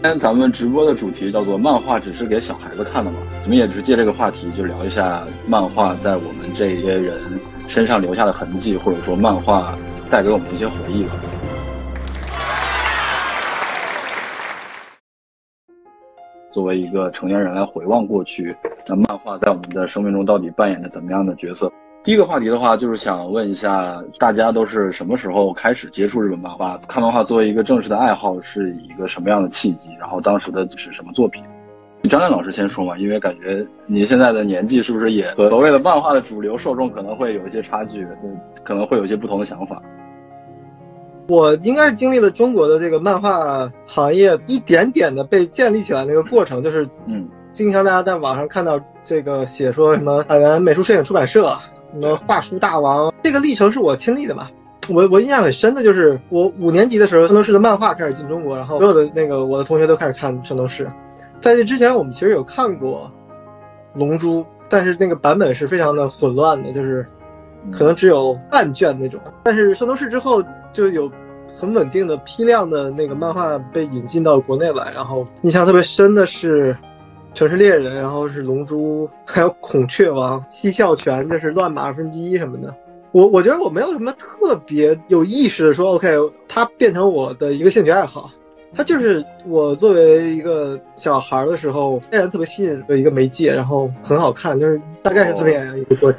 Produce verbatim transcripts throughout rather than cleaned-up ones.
今天咱们直播的主题叫做漫画只是给小孩子看的嘛，我们也只是借这个话题就聊一下漫画在我们这些人身上留下的痕迹，或者说漫画带给我们的一些回忆吧。作为一个成年人来回望过去，那漫画在我们的生命中到底扮演着怎么样的角色？第一个话题的话，就是想问一下大家都是什么时候开始接触日本漫画？看漫画作为一个正式的爱好是一个什么样的契机？然后当时的是什么作品？张亮老师先说嘛，因为感觉你现在的年纪是不是也和所谓的漫画的主流受众可能会有一些差距，可能会有一些不同的想法。 我应该是经历了中国的这个漫画行业一点点的被建立起来那个过程，就是嗯，经常大家在网上看到这个写说什么海南美术摄影出版社什么画书大王，这个历程是我亲历的嘛。我我印象很深的就是我五年级的时候，圣斗士的漫画开始进中国，然后所有的那个我的同学都开始看圣斗士。在这之前我们其实有看过龙珠，但是那个版本是非常的混乱的，就是可能只有半卷那种。但是圣斗士之后就有很稳定的批量的那个漫画被引进到国内来，然后印象特别深的是城市猎人，然后是龙珠，还有孔雀王、七笑拳，就是乱马二分之一什么的。我我觉得我没有什么特别有意识的说 OK 它变成我的一个兴趣爱好，它就是我作为一个小孩的时候被人特别吸引的一个媒介，然后很好看，就是大概是这么样一个过程。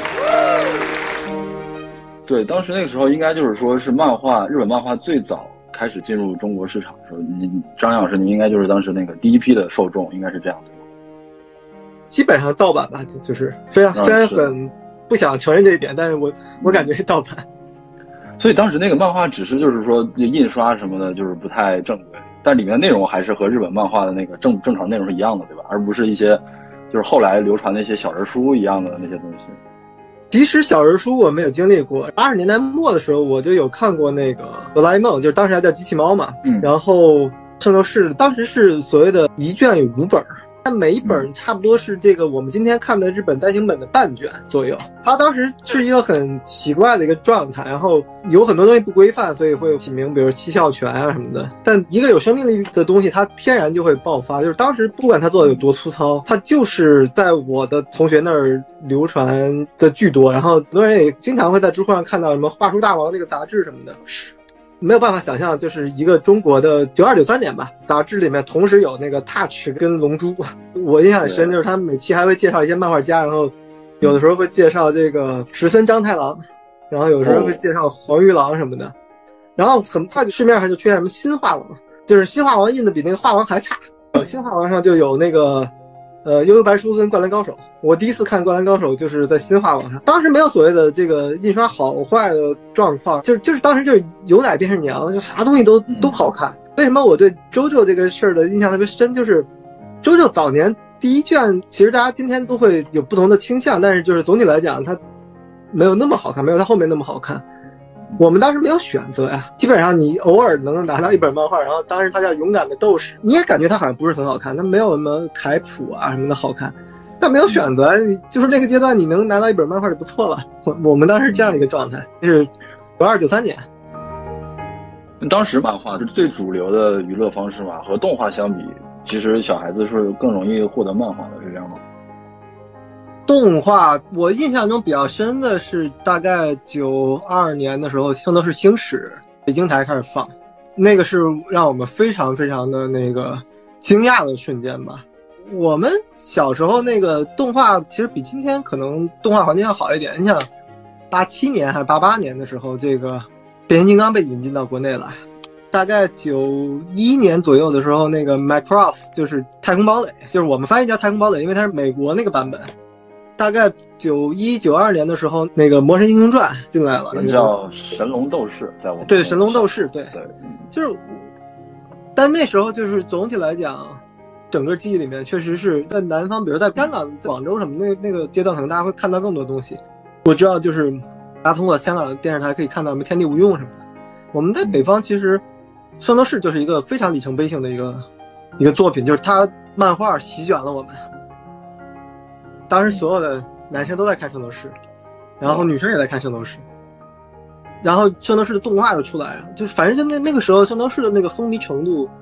对，当时那个时候应该就是说是漫画，日本漫画最早开始进入中国市场的时候，你张亮老师，你应该就是当时那个第一批的受众，应该是这样对吗？ 基本上盗版吧，就是非常虽然很不想承认这一点，但是我我感觉是盗版。 所以当时那个漫画只是就是说印刷什么的，就是不太正规，但里面内容还是和日本漫画的那个正正常内容是一样的，对吧？而不是一些就是后来流传的一些小人书一样的那些东西。 其实小人书我没有经历过，八十年代末的时候我就有看过那个哆啦 A 梦，就是当时还叫机器猫嘛，嗯，然后圣斗士当时是所谓的一卷有五本，但每一本差不多是这个我们今天看的日本单行本的半卷左右。它当时是一个很奇怪的一个状态，然后有很多东西不规范，所以会有起名，比如七笑拳啊什么的。但一个有生命力的东西，它天然就会爆发。就是当时不管它做的有多粗糙，它就是在我的同学那儿流传的巨多。然后很多人也经常会在知乎上看到什么画书大王这个杂志什么的。没有办法想象，就是一个中国的九二九三年吧，杂志里面同时有那个 Touch 跟龙珠。我印象很深，就是他每期还会介绍一些漫画家，然后有的时候会介绍这个石森章太郎，然后有时候会介绍黄玉郎什么的。然后很快市面上就出现什么新画王，就是新画王印的比那个画王还差。新画王上就有那个呃，悠悠白书跟灌篮高手。我第一次看灌篮高手就是在新画网上，当时没有所谓的这个印刷好坏的状况，就是就是当时就是有奶便是娘，就啥东西都都好看。为什么我对周周这个事儿的印象特别深？就是周周早年第一卷，其实大家今天都会有不同的倾向，但是就是总体来讲，它没有那么好看，没有它后面那么好看。我们当时没有选择呀，基本上你偶尔能拿到一本漫画，然后当时它叫勇敢的斗士，你也感觉它好像不是很好看，它没有什么凯普啊什么的好看，但没有选择，就是那个阶段你能拿到一本漫画就不错了。我我们当时这样的一个状态，就是九二九三年。 当时漫画是最主流的娱乐方式嘛，和动画相比，其实小孩子是更容易获得漫画的，是这样吗？ 动画我印象中比较深的是大概九二年的时候，圣斗士星矢北京台开始放，那个是让我们非常非常的那个惊讶的瞬间吧。我们小时候那个动画其实比今天可能动画环境要好一点，你想八七年还是八八年的时候，这个变形金刚被引进到国内来，大概九一年左右的时候，那个 Macross 就是太空堡垒，就是我们翻译叫太空堡垒，因为它是美国那个版本。大概九一九二年的时候，那个《魔神英雄传》进来了， 叫神龙斗士，在我们对神龙斗士，对对， 就是，但那时候就是总体来讲，整个记忆里面确实是在南方，比如在香港、广州什么那那个阶段，可能大家会看到更多东西。我知道，就是大家通过香港的电视台可以看到什么《天地无用》什么的。我们在北方其实，《圣斗士》就是一个非常里程碑性的一个一个作品，就是它漫画席卷了我们。当时所有的男生都在看圣斗士，然后女生也在看圣斗士，然后圣斗士的动画就出来了，就是反正就那那个时候圣斗士的那个风靡程度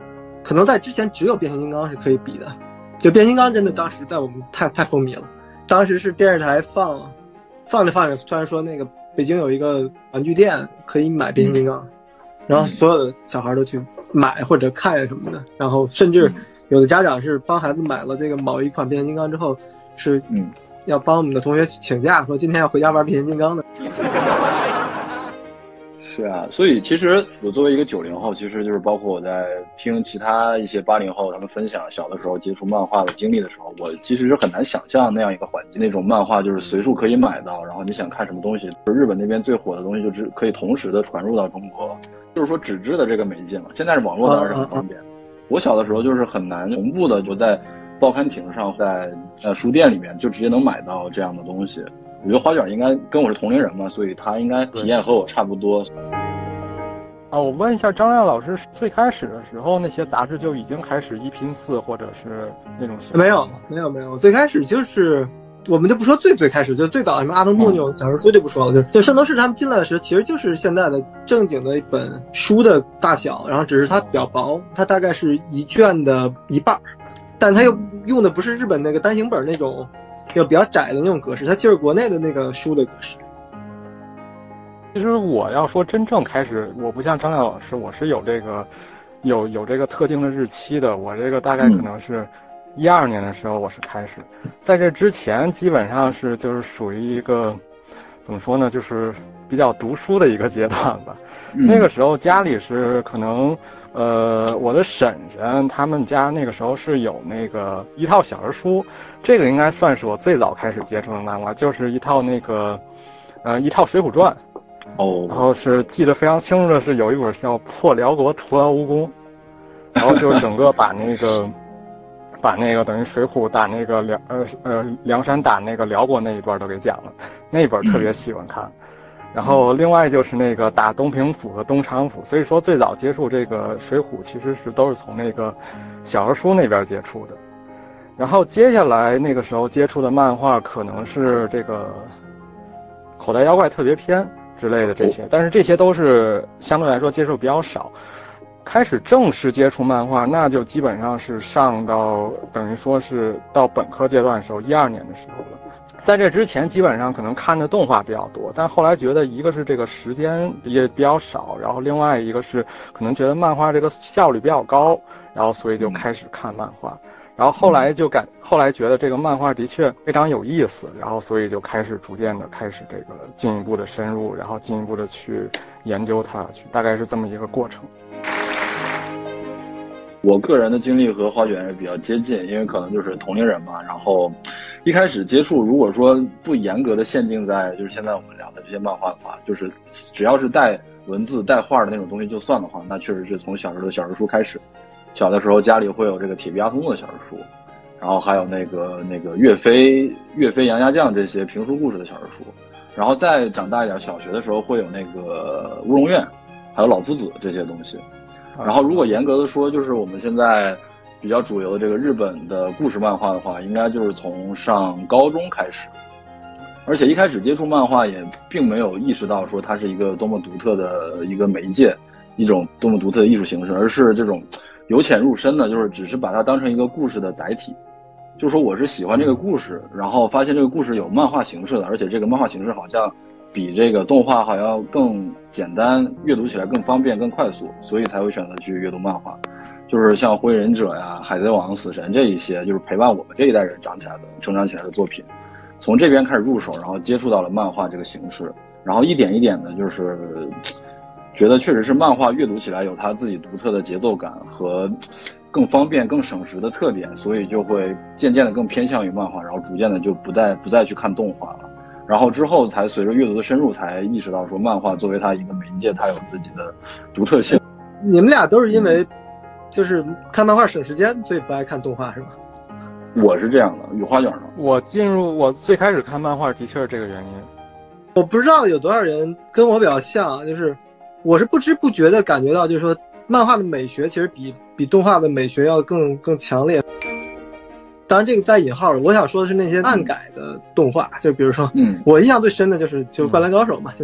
可能在之前只有变形金刚是可以比的。就变形金刚真的当时在我们太太风靡了，当时是电视台放放着放着，突然说那个北京有一个玩具店可以买变形金刚，嗯、然后所有的小孩都去买或者看什么的，然后甚至有的家长是帮孩子买了这个某一款变形金刚之后，是嗯要帮我们的同学请假，说今天要回家玩变形金刚的。 是啊，所以其实我作为一个九零后，其实就是包括我在听其他一些八零后他们分享小的时候接触漫画的经历的时候，我其实是很难想象那样一个环境，那种漫画就是随处可以买到，然后你想看什么东西，日本那边最火的东西就只可以同时的传入到中国，就是说纸质的这个媒介嘛。现在是网络当然是很方便，我小的时候就是很难同步的就在报刊亭上，在呃书店里面就直接能买到这样的东西。我觉得花卷应该跟我是同龄人嘛，所以他应该体验和我差不多。 啊，我问一下张亮老师，最开始的时候那些杂志就已经开始一拼四或者是那种形式？ 没有，没有，没有。最开始就是我们就不说最最开始，就最早什么阿童木那种小说书就不说了，就就圣斗士他们进来的时候，其实就是现在的正经的一本书的大小，然后只是它比较薄，它大概是一卷的一半，但它又用的不是日本那个单行本那种。就比较窄的那种格式，它就是国内的那个书的格式。 其实我要说真正开始，我不像张亮老师，我是有这个有有这个特定的日期的。我这个大概可能是一二年的时候我是开始，在这之前基本上是就是属于一个怎么说呢，就是比较读书的一个阶段吧。嗯、那个时候家里是可能呃我的婶婶他们家那个时候是有那个一套小人书。这个应该算是我最早开始接触的漫画，就是一套那个，呃，一套《水浒传》。哦。然后是记得非常清楚的是有一本叫《破辽国徒劳无功》，然后就整个把那个，把那个等于水浒打那个梁呃呃梁山打那个辽国那一段都给讲了，那一本特别喜欢看。嗯、然后另外就是那个打东平府和东厂府，所以说最早接触这个水浒其实是都是从那个小人书那边接触的。然后接下来那个时候接触的漫画可能是这个口袋妖怪特别篇之类的这些，但是这些都是相对来说接触比较少。开始正式接触漫画，那就基本上是上到等于说是到本科阶段的时候，一二年的时候了。在这之前基本上可能看的动画比较多，但后来觉得一个是这个时间也比较少，然后另外一个是可能觉得漫画这个效率比较高，然后所以就开始看漫画。然后后来就感，后来觉得这个漫画的确非常有意思，然后所以就开始逐渐的开始这个进一步的深入，然后进一步的去研究它，去大概是这么一个过程。 我个人的经历和花卷也比较接近，因为可能就是同龄人嘛。然后一开始接触，如果说不严格的限定在就是现在我们聊的这些漫画的话，就是只要是带文字带画的那种东西就算的话，那确实是从小时候的小人书开始。小的时候家里会有这个铁臂阿童木的小人书，然后还有那个那个岳飞岳飞杨家将这些评书故事的小人书，然后再长大一点，小学的时候会有那个乌龙院，还有老夫子这些东西。然后如果严格的说，就是我们现在比较主流的这个日本的故事漫画的话，应该就是从上高中开始。而且一开始接触漫画也并没有意识到说它是一个多么独特的一个媒介，一种多么独特的艺术形式，而是这种由浅入深的，就是只是把它当成一个故事的载体，就是说我是喜欢这个故事，然后发现这个故事有漫画形式的，而且这个漫画形式好像比这个动画好像更简单，阅读起来更方便更快速，所以才会选择去阅读漫画。就是像火影忍者呀、海贼王、死神这一些，就是陪伴我们这一代人长起来的、成长起来的作品，从这边开始入手，然后接触到了漫画这个形式，然后一点一点的，就是觉得确实是漫画阅读起来有它自己独特的节奏感和更方便更省时的特点，所以就会渐渐的更偏向于漫画，然后逐渐的就不再不再去看动画了。然后之后才随着阅读的深入，才意识到说漫画作为它一个媒介，它有自己的独特性。 你们俩都是因为就是看漫画省时间，所以不爱看动画是吧？ 我是这样的，有花卷呢。 我进入我最开始看漫画的确是这个原因。 我不知道有多少人跟我比较像，就是我是不知不觉的感觉到，就是说漫画的美学其实比比动画的美学要更更强烈。当然这个带引号，我想说的是那些暗改的动画，就比如说，嗯，我印象最深的就是就是《灌篮高手》嘛，就是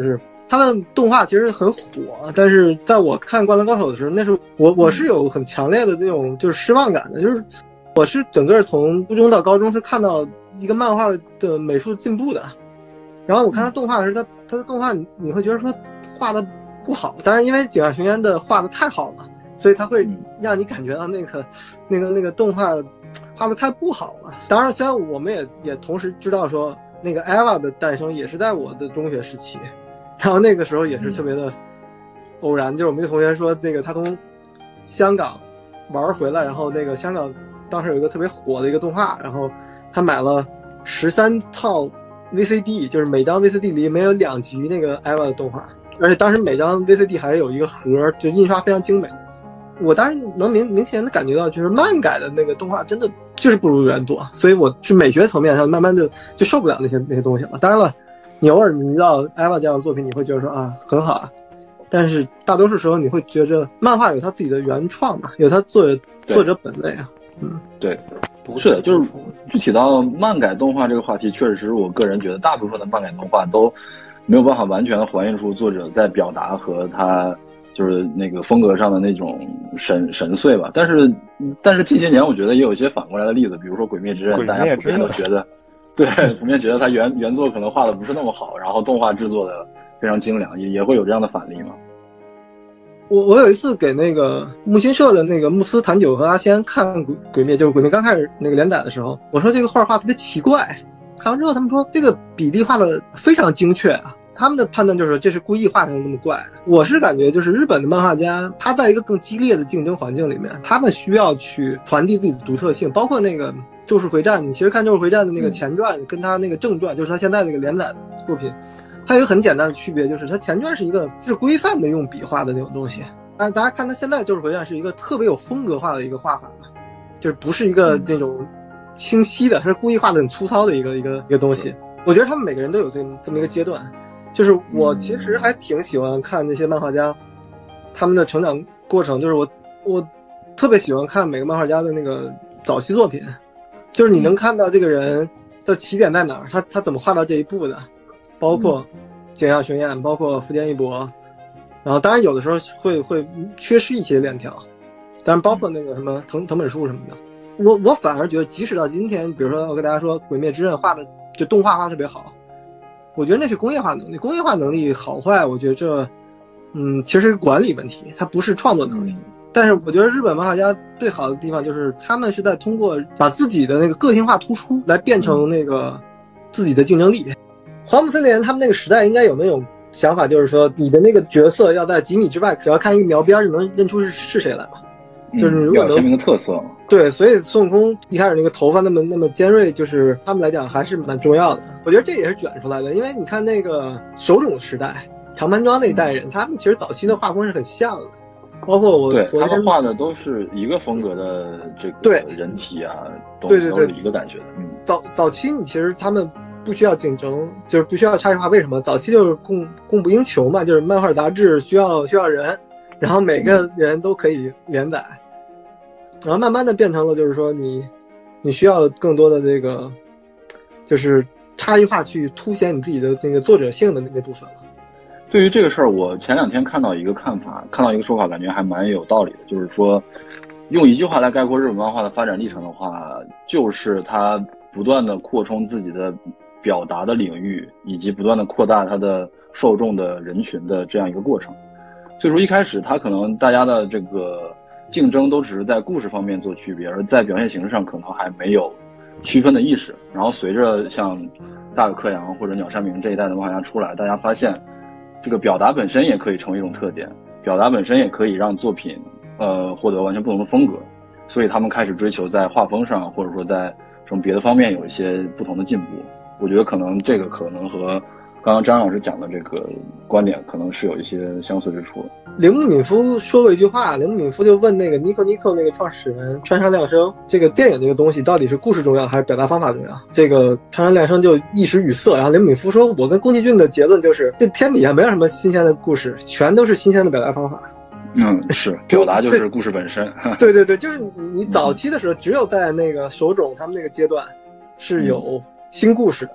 它的动画其实很火，但是在我看《灌篮高手》的时候，那时候我我是有很强烈的那种就是失望感的，就是我是整个从初中到高中是看到一个漫画的美术进步的，然后我看它动画的时候，它它的动画你会觉得说画的不好，当然因为井上雄彦的画的太好了，所以它会让你感觉到那个那个那个动画画的太不好了。当然，虽然我们也也同时知道说那个 E V A 的诞生也是在我的中学时期，然后那个时候也是特别的偶然，就是我们一个同学说那个他从香港玩回来，然后那个香港当时有一个特别火的一个动画，然后他买了十三套 V C D， 就是每张 V C D 里面有两集那个 E V A 的动画，而且当时每张 V C D 还有一个盒，就印刷非常精美。我当时能明明显的感觉到，就是漫改的那个动画真的就是不如原作，所以我是美学层面上慢慢的就受不了那些那些东西了。当然了，你偶尔你遇到 E V A 这样的作品，你会觉得说啊很好啊，但是大多数时候你会觉着漫画有他自己的原创嘛，有他作者作者本位啊。嗯， 对，不是的，就是具体到漫改动画这个话题，确实是我个人觉得大部分的漫改动画都没有办法完全还原出作者在表达和他就是那个风格上的那种神神髓吧。但是但是近些年我觉得也有一些反过来的例子，比如说《鬼灭之刃》，大家普遍都觉得，对，普遍觉得他原原作可能画的不是那么好，然后动画制作的非常精良，也也会有这样的反例嘛。 我我有一次给那个木心社的那个穆斯坦久和阿仙看鬼鬼灭，就是鬼灭刚开始那个连载的时候，我说这个画画特别奇怪，看完之后他们说这个比例画的非常精确啊，他们的判断就是这是故意画成那么怪。我是感觉就是日本的漫画家他在一个更激烈的竞争环境里面，他们需要去传递自己的独特性，包括那个咒术回战，你其实看咒术回战的那个前传跟他那个正传，就是他现在那个连载作品，它有一个很简单的区别，就是它前传是一个就是规范的用笔画的那种东西，但大家看它现在就是回传是一个特别有风格化的一个画法嘛，就是不是一个那种清晰的，是故意画的很粗糙的一个一个一个东西。我觉得他们每个人都有这这么一个阶段，就是我其实还挺喜欢看那些漫画家他们的成长过程，就是我我特别喜欢看每个漫画家的那个早期作品，就是你能看到这个人的起点在哪儿，他他怎么画到这一步的。包括井上雄彦，包括福田一博，然后当然有的时候会会缺失一些链条，当然包括那个什么藤藤本树什么的。我我反而觉得，即使到今天，比如说我跟大家说《鬼灭之刃》画的就动画画特别好，我觉得那是工业化能力，工业化能力好坏，我觉得这嗯其实是管理问题，它不是创作能力。但是我觉得日本漫画家最好的地方就是他们是在通过把自己的那个个性化突出来变成那个自己的竞争力。黄木森连他们那个时代应该有那种想法，就是说你的那个角色要在几米之外，只要看一个描边就能认出是是谁来嘛。就是如果能有鲜明的特色。 对，所以孙悟空一开始那个头发那么那么尖锐，就是他们来讲还是蛮重要的。我觉得这也是卷出来的，因为你看那个手冢时代、长盘庄那一代人，他们其实早期的画风是很像的。包括我对他们画的都是一个风格的这个人体啊， 对对对， 都是一个感觉的。嗯， 早早期你其实他们不需要竞争，就是不需要差异化。为什么？早期就是供供不应求嘛，就是漫画杂志需要需要人，然后每个人都可以连载，然后慢慢的变成了就是说你你需要更多的这个就是差异化去凸显你自己的那个作者性的那部分了。 对于这个事儿，我前两天看到一个看法，看到一个说法，感觉还蛮有道理的，就是说，用一句话来概括日本漫画的发展历程的话，就是它不断的扩充自己的表达的领域，以及不断的扩大它的受众的人群的这样一个过程。所以说一开始它可能大家的这个竞争都只是在故事方面做区别，而在表现形式上可能还没有区分的意识。然后随着像大有克洋或者鸟山明这一代的漫画家出来，大家发现这个表达本身也可以成为一种特点，表达本身也可以让作品呃获得完全不同的风格，所以他们开始追求在画风上或者说在什么别的方面有一些不同的进步。我觉得可能这个可能和刚刚张老师讲的这个观点可能是有一些相似之处。 铃木敏夫说过一句话，铃木敏夫就问那个 Nico Nico 那个创始人川上亮生，这个电影这个东西到底是故事重要还是表达方法重要？这个川上亮生就一时语塞，然后铃木敏夫说，我跟宫崎骏的结论就是这天底下没有什么新鲜的故事，全都是新鲜的表达方法。 嗯，是表达就是故事本身。 对对对，就是你你早期的时候只有在那个手冢他们那个阶段是有新故事的，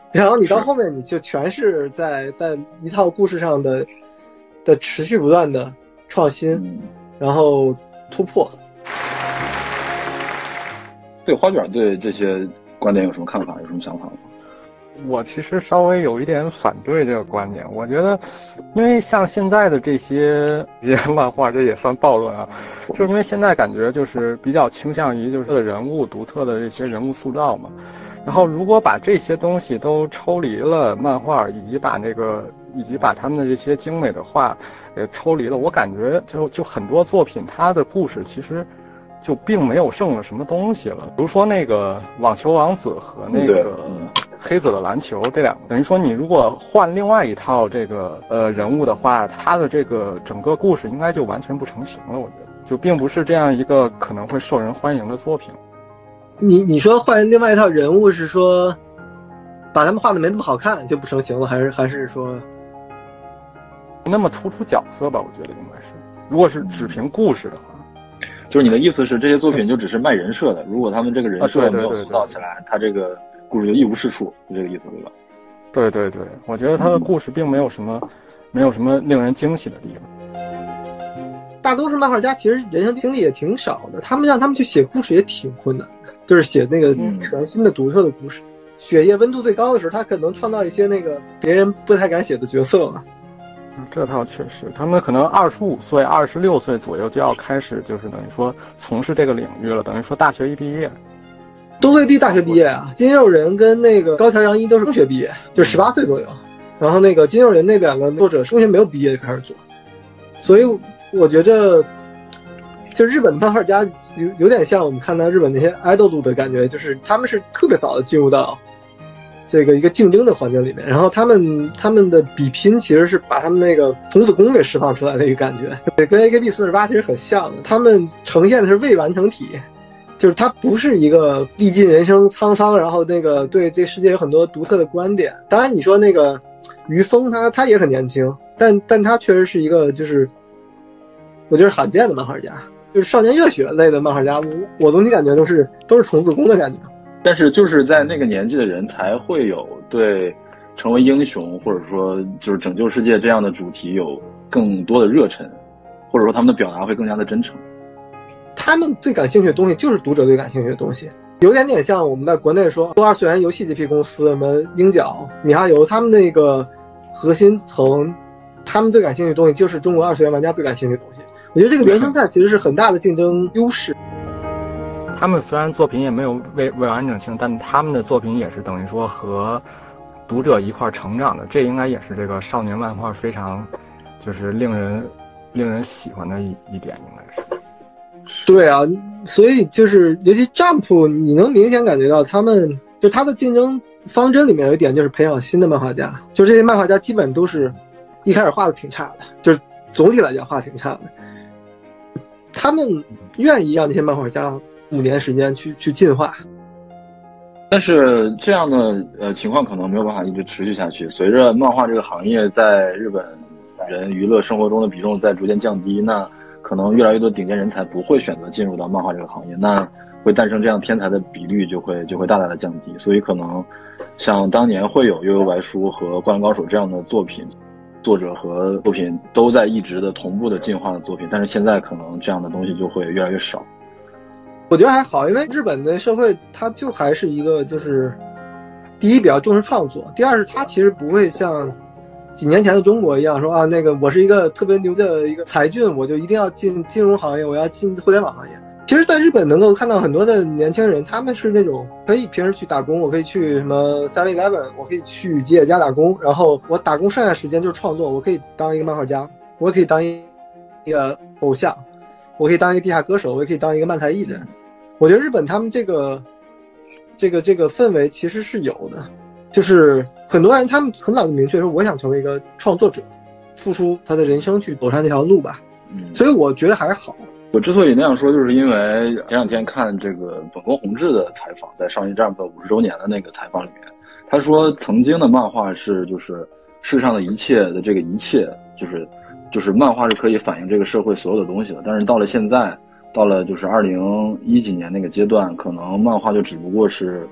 然后你到后面你就全是在在一套故事上的的持续不断的创新，嗯、然后突破。 对花卷对这些观点有什么看法？有什么想法吗？ 我其实稍微有一点反对这个观点，我觉得，因为像现在的这些这些漫画，这也算暴论啊，就是因为现在感觉就是比较倾向于就是人物独特的这些人物塑造嘛，然后如果把这些东西都抽离了漫画，以及把那个以及把他们的这些精美的画给抽离了，我感觉就就很多作品它的故事其实就并没有剩了什么东西了，比如说那个网球王子和那个黑子的篮球这两个，等于说你如果换另外一套这个呃人物的话，他的这个整个故事应该就完全不成形了，我觉得就并不是这样一个可能会受人欢迎的作品。 你你说换另外一套人物是说把他们画的没那么好看就不成形了，还是还是说那么突出角色吧？我觉得应该是，如果是只凭故事的话。 就是你的意思是这些作品就只是卖人设的，如果他们这个人设没有塑造起来，他这个故事就一无是处，是这个意思对吧？ 对对对，我觉得他的故事并没有什么、嗯、没有什么令人惊喜的地方。 大多数漫画家其实人生经历也挺少的，他们让他们去写故事也挺困难的，就是写那个全新的独特的故事。嗯、血液温度最高的时候，他可能创造一些那个别人不太敢写的角色嘛。 这套确实，他们可能二十五岁、二十六岁左右就要开始，就是等于说从事这个领域了。等于说大学一毕业， 都未必大学毕业啊。金肉人跟那个高桥阳一都是中学毕业，就十八岁左右。然后那个金肉人那两个作者中学没有毕业就开始做，所以我觉得，就日本的漫画家有有点像我们看到日本那些爱豆路的感觉，就是他们是特别早的进入到这个一个竞争的环境里面，然后他们他们的比拼其实是把他们那个童子功给释放出来的一个感觉，对，跟 A K B 四十八其实很像的。他们呈现的是未完成体，就是他不是一个历尽人生沧桑，然后那个对这世界有很多独特的观点。当然你说那个于峰他他也很年轻，但但他确实是一个就是我觉得罕见的漫画家，就是少年热血类的漫画家，我我总体感觉都是都是童子功的感觉。 但是就是在那个年纪的人才会有对成为英雄或者说就是拯救世界这样的主题有更多的热忱，或者说他们的表达会更加的真诚。 他们最感兴趣的东西就是读者最感兴趣的东西，有点点像我们在国内说多二次元游戏这批公司，什么鹰角、米哈游，他们那个核心层，他们最感兴趣的东西就是中国二次元玩家最感兴趣的东西。我觉得这个原生态其实是很大的竞争优势。 他们虽然作品也没有未未完整性，但他们的作品也是等于说和读者一块成长的，这应该也是这个少年漫画非常就是令人令人喜欢的一一点，应该是。 对啊，所以就是尤其 Jump， 你能明显感觉到他们就他的竞争方针里面有一点就是培养新的漫画家，就这些漫画家基本都是一开始画的挺差的，就是总体来讲画挺差的，他们愿意让这些漫画家五年时间去去进化， 但是这样的呃情况可能没有办法一直持续下去。随着漫画这个行业在日本人娱乐生活中的比重在逐渐降低，那可能越来越多顶尖人才不会选择进入到漫画这个行业，那会诞生这样天才的比率就会就会大大的降低。所以可能像当年会有《悠悠白书》和《灌篮高手》这样的作品，作者和作品都在一直的同步的进化的作品，但是现在可能这样的东西就会越来越少。 我觉得还好，因为日本的社会它就还是一个就是第一比较重视创作，第二是它其实不会像几年前的中国一样说啊那个我是一个特别牛的一个才俊，我就一定要进金融行业，我要进互联网行业。其实在日本能够看到很多的年轻人，他们是那种可以平时去打工，我可以去什么 seven eleven， 我可以去吉野家打工，然后我打工剩下时间就是创作，我可以当一个漫画家，我可以当一个偶像，我可以当一个地下歌手，我也可以当一个漫才艺人。我觉得日本他们这个这个这个氛围其实是有的，就是很多人他们很早就明确说我想成为一个创作者，付出他的人生去走上这条路吧。所以我觉得还好。 我之所以那样说，就是因为前两天看这个本宫弘志的采访，在少年 Jump 五十周年的那个采访里面，他说曾经的漫画是就是世上的一切的这个一切，就是就是漫画是可以反映这个社会所有的东西的，但是到了现在。到了就是二零一几年那个阶段，可能漫画就只不过是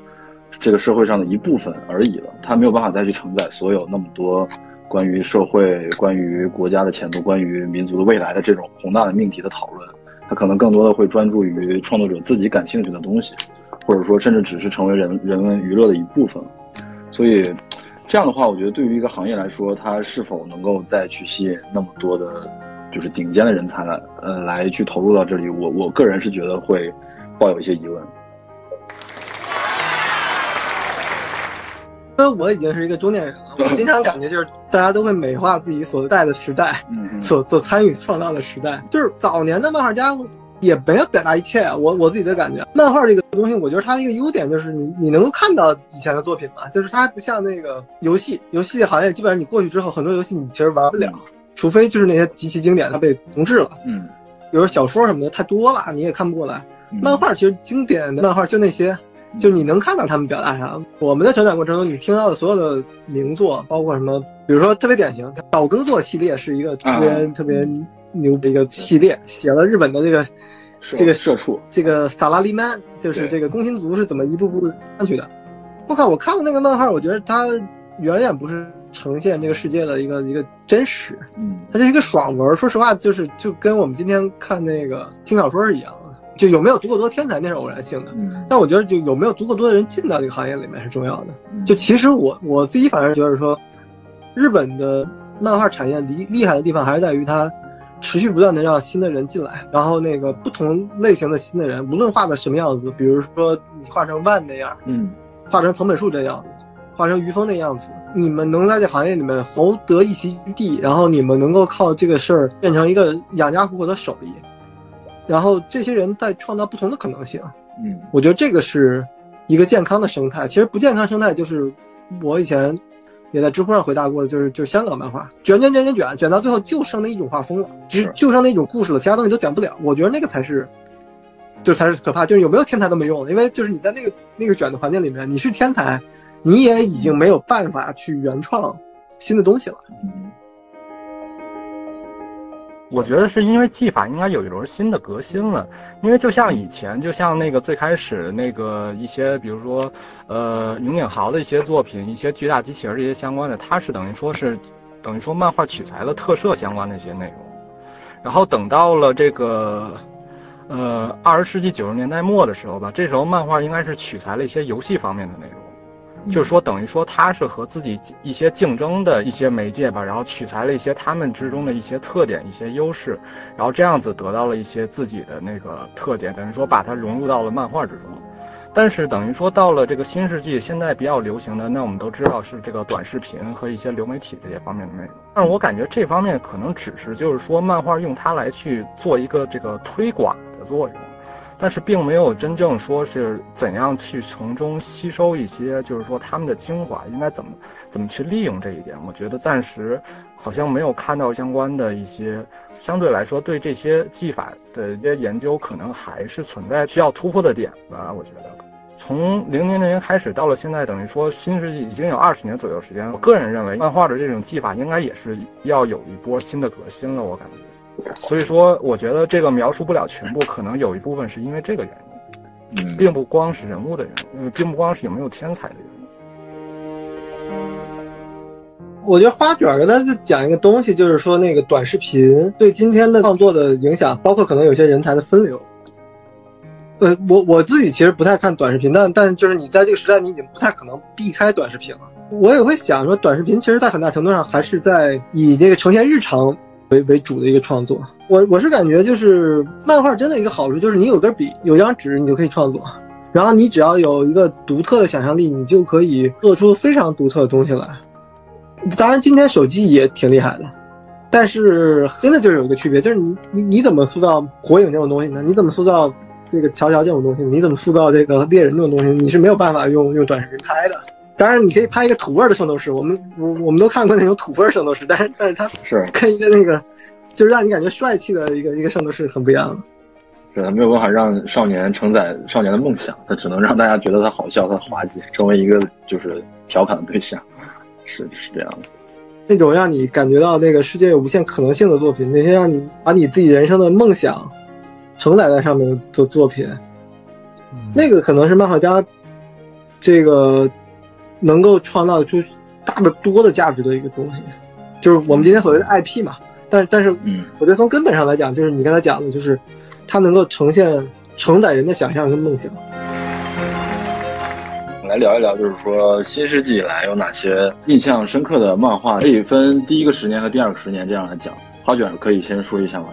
这个社会上的一部分而已了，它没有办法再去承载所有那么多关于社会、关于国家的前途、关于民族的未来的这种宏大的命题的讨论。它可能更多的会专注于创作者自己感兴趣的东西，或者说甚至只是成为人人文娱乐的一部分。所以这样的话，我觉得对于一个行业来说，它是否能够再去吸引那么多的就是顶尖的人才来呃来去投入到这里，我我个人是觉得会抱有一些疑问。 因为我已经是一个中年人了，我经常感觉就是大家都会美化自己所在的时代，嗯，所所参与创造的时代。就是早年的漫画家也没有表达一切，我我自己的感觉。漫画这个东西，我觉得它的一个优点就是你你能够看到以前的作品嘛，就是它还不像那个游戏，游戏行业基本上你过去之后，很多游戏你其实玩不了，除非就是那些极其经典它被重置了，嗯，比如小说什么的太多了，你也看不过来。漫画其实经典的漫画就那些。就你能看到他们表达啥？我们的成长过程中，你听到的所有的名作，包括什么，比如说特别典型，岛耕作系列是一个特别、啊、特别牛的一个系列，写了日本的这个这个社畜， 这个萨拉利曼，就是这个工薪族是怎么一步步上去的。我看我看过那个漫画，我觉得它远远不是呈现这个世界的一个一个真实，嗯，它就是一个爽文。说实话，就是就跟我们今天看那个听小说是一样的。就有没有足够多天才那是偶然性的，嗯，但我觉得就有没有足够多的人进到这个行业里面是重要的。嗯、就其实我我自己反而觉得说，日本的漫画产业厉厉害的地方还是在于它持续不断的让新的人进来，然后那个不同类型的新的人，无论画的什么样子，比如说你画成万那样，嗯，画成藤本树这样子，画成于峰那样子，你们能在这行业里面谋得一席之地，然后你们能够靠这个事儿变成一个养家糊口的手艺。然后这些人在创造不同的可能性，嗯，我觉得这个是一个健康的生态。其实不健康生态就是我以前也在知乎上回答过的，就是就是香港漫画卷卷卷卷卷卷到最后就剩那一种画风了，就就剩那种故事了，其他东西都讲不了。我觉得那个才是，就才是可怕。就是有没有天才都没用，因为就是你在那个那个卷的环境里面，你是天才，你也已经没有办法去原创新的东西了。嗯。 我觉得是因为技法应该有一轮新的革新了，因为就像以前，就像那个最开始那个一些，比如说，呃，永井豪的一些作品，一些巨大机器人这些相关的，它是等于说是，等于说漫画取材了特摄相关的一些内容，然后等到了这个，呃，二十世纪九十年代末的时候吧，这时候漫画应该是取材了一些游戏方面的内容。就是说等于说他是和自己一些竞争的一些媒介吧，然后取材了一些他们之中的一些特点一些优势，然后这样子得到了一些自己的那个特点，等于说把它融入到了漫画之中。但是等于说到了这个新世纪，现在比较流行的，那我们都知道是这个短视频和一些流媒体这些方面的内容。但是我感觉这方面可能只是就是说漫画用它来去做一个这个推广的作用，但是并没有真正说是怎样去从中吸收一些，就是说他们的精华应该怎么怎么去利用这一点。我觉得暂时好像没有看到相关的一些，相对来说对这些技法的一些研究可能还是存在需要突破的点吧。我觉得从零零年开始到了现在，等于说新世纪已经有二十年左右时间。我个人认为漫画的这种技法应该也是要有一波新的革新了，我感觉。所以说我觉得这个描述不了全部，可能有一部分是因为这个原因，并不光是人物的原因，并不光是有没有天才的原因。 我觉得花卷跟他讲一个东西，就是说那个短视频对今天的创作的影响，包括可能有些人才的分流。呃，我我自己其实不太看短视频，但但就是你在这个时代，你已经不太可能避开短视频了。我也会想说，短视频其实在很大程度上还是在以这个呈现日常为为主的一个创作。我我是感觉就是漫画真的一个好处就是你有根笔有张纸你就可以创作，然后你只要有一个独特的想象力，你就可以做出非常独特的东西来。当然今天手机也挺厉害的，但是真的就是有一个区别，就是你你你怎么塑造火影这种东西呢？你怎么塑造这个乔乔这种东西？你怎么塑造这个猎人这种东西？你是没有办法用用短视频拍的。当然你可以拍一个土味的圣斗士，我们我我们都看过那种土味圣斗士，但是但是它是跟一个那个就是让你感觉帅气的一个一个圣斗士很不一样的。 是他没有办法让少年承载少年的梦想，他只能让大家觉得他好笑，他滑稽，成为一个就是调侃的对象。是是这样的。 那种让你感觉到那个世界有无限可能性的作品，那些让你把你自己人生的梦想承载在上面的作品，嗯、那个可能是漫画家这个能够创造出大的多的价值的一个东西，就是我们今天所谓的 I P 嘛。但但是，嗯，我觉得从根本上来讲，就是你刚才讲的，就是它能够呈现承载人的想象跟梦想。 来聊一聊，就是说新世纪以来有哪些印象深刻的漫画，可以分第一个十年和第二个十年这样来讲。花卷可以先说一下吗？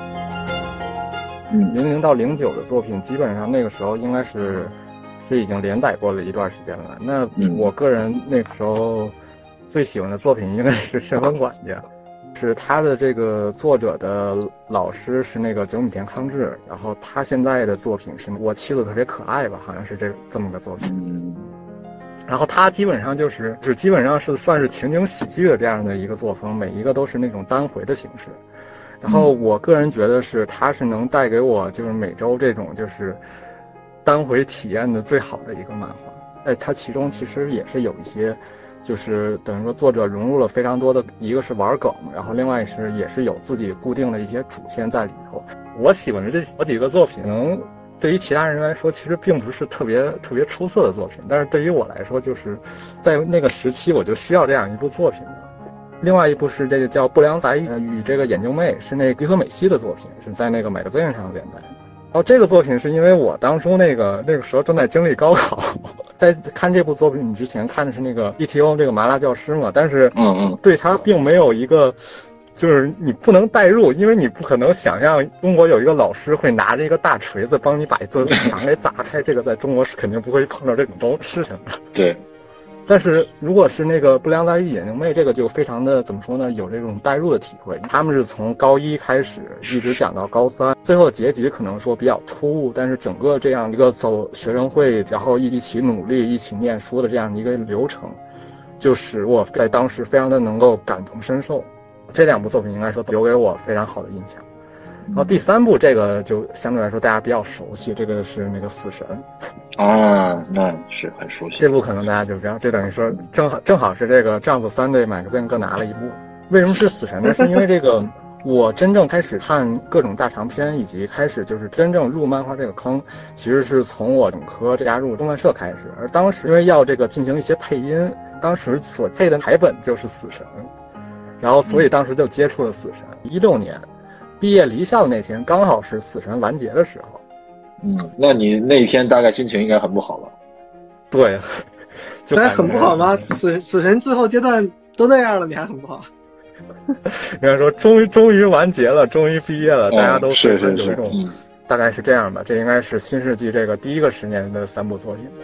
嗯，零零到零九的作品，基本上那个时候应该是是已经连载过了一段时间了。那我个人那个时候最喜欢的作品应该是《神风管家》。是他的这个作者的老师是那个久米田康治，然后他现在的作品是我妻子特别可爱吧，好像是这这么个作品。嗯，然后他基本上就是是基本上是算是情景喜剧的这样的一个作风，每一个都是那种单回的形式。然后我个人觉得是他是能带给我就是每周这种就是单回体验的最好的一个漫画。哎，它其中其实也是有一些。就是等于说，作者融入了非常多的，一个是玩梗，然后另外是也是有自己固定的一些主线在里头。我喜欢的这好几个作品，可能对于其他人来说，其实并不是特别特别出色的作品，但是对于我来说，就是在那个时期我就需要这样一部作品的。另外一部是这个叫《不良杂役与这个眼镜妹》，是那个吉和美希的作品，是在那个 Magazine 上连载的。然后这个作品是因为我当初那个那个时候正在经历高考，在看这部作品之前看的是那个 E T O 这个麻辣教师嘛，但是嗯嗯，对他并没有一个，就是你不能代入，因为你不可能想象中国有一个老师会拿着一个大锤子帮你把一座墙给砸开，这个在中国是肯定不会碰到这种东事情的。 对。 但是如果是那个不良杂役眼镜妹，这个就非常的怎么说呢，有这种代入的体会。他们是从高一开始一直讲到高三，最后结局可能说比较突兀，但是整个这样一个走学生会，然后一起努力一起念书的这样一个流程，就使我在当时非常的能够感同身受。这两部作品应该说留给我非常好的印象。然后第三部这个就相对来说大家比较熟悉，这个是那个死神。 啊，那是很熟悉。 这部可能大家就比较，这等于说正好正好是这个丈夫三对 Magazine 各拿了一部。为什么是死神呢？是因为这个我真正开始看各种大长篇，以及开始就是真正入漫画这个坑，其实是从我本科加入动漫社开始。而当时因为要这个进行一些配音，当时所配的台本就是死神，然后所以当时就接触了死神。一六年毕业离校的那天，刚好是死神完结的时候。 嗯，那你那一天大概心情应该很不好吧？ 对， 就还很不好吗？死死神最后阶段都那样了，你还很不好？ 应该说，终于终于完结了，终于毕业了， 哦、 大家都是是有一种、嗯，大概是这样吧。这应该是新世纪这个第一个十年的三部作品。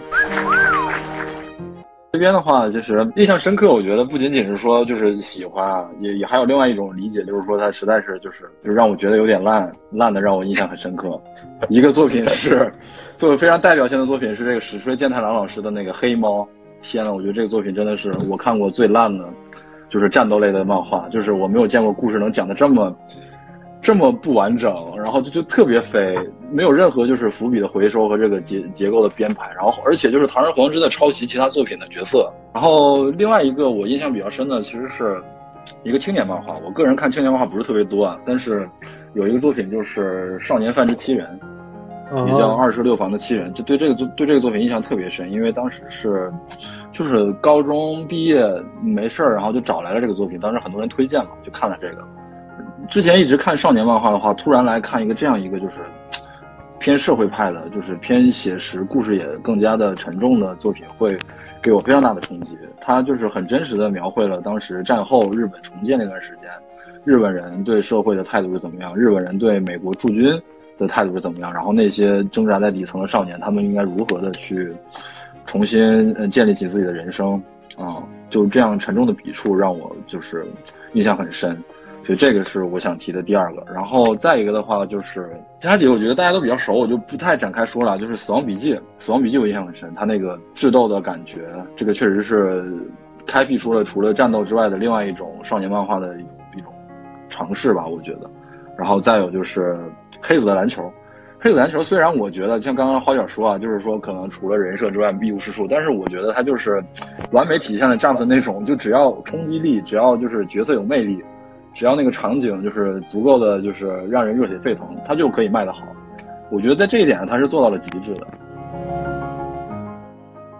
这边的话，就是印象深刻，我觉得不仅仅是说就是喜欢啊，也也还有另外一种理解，就是说它实在是就是就让我觉得有点烂，烂的让我印象很深刻。一个作品是，作为非常代表性的作品是这个史吹健太郎老师的那个黑猫。天呐，我觉得这个作品真的是我看过最烂的，就是战斗类的漫画，就是我没有见过故事能讲的这么。这么不完整，然后就就特别飞，没有任何就是伏笔的回收和这个结结构的编排，然后而且就是堂而皇之的抄袭其他作品的角色。然后另外一个我印象比较深的，其实是一个青年漫画。我个人看青年漫画不是特别多啊，但是有一个作品就是《少年犯之七人》，也叫《二十六房的七人》，就对这个作对这个作品印象特别深，因为当时是就是高中毕业没事儿，然后就找来了这个作品，当时很多人推荐嘛，就看了这个。之前一直看少年漫画的话，突然来看一个这样一个就是偏社会派的，就是偏写实，故事也更加的沉重的作品，会给我非常大的冲击。它就是很真实的描绘了当时战后日本重建那段时间，日本人对社会的态度是怎么样，日本人对美国驻军的态度是怎么样，然后那些挣扎在底层的少年，他们应该如何的去重新建立起自己的人生啊、嗯！就这样沉重的笔触让我就是印象很深。所以这个是我想提的第二个，然后再一个的话就是其他几个我觉得大家都比较熟，我就不太展开说了。就是《死亡笔记》，《死亡笔记》我印象很深，它那个智斗的感觉，这个确实是开辟出了除了战斗之外的另外一种少年漫画的一种一种尝试吧，我觉得。然后再有就是黑子的篮球，黑子篮球虽然我觉得像刚刚花小说啊，就是说可能除了人设之外一无是处，但是我觉得它就是完美体现了这样的那种，就只要冲击力，只要就是角色有魅力。只要那个场景就是足够的，就是让人热血沸腾，它就可以卖得好。我觉得在这一点上，它是做到了极致的。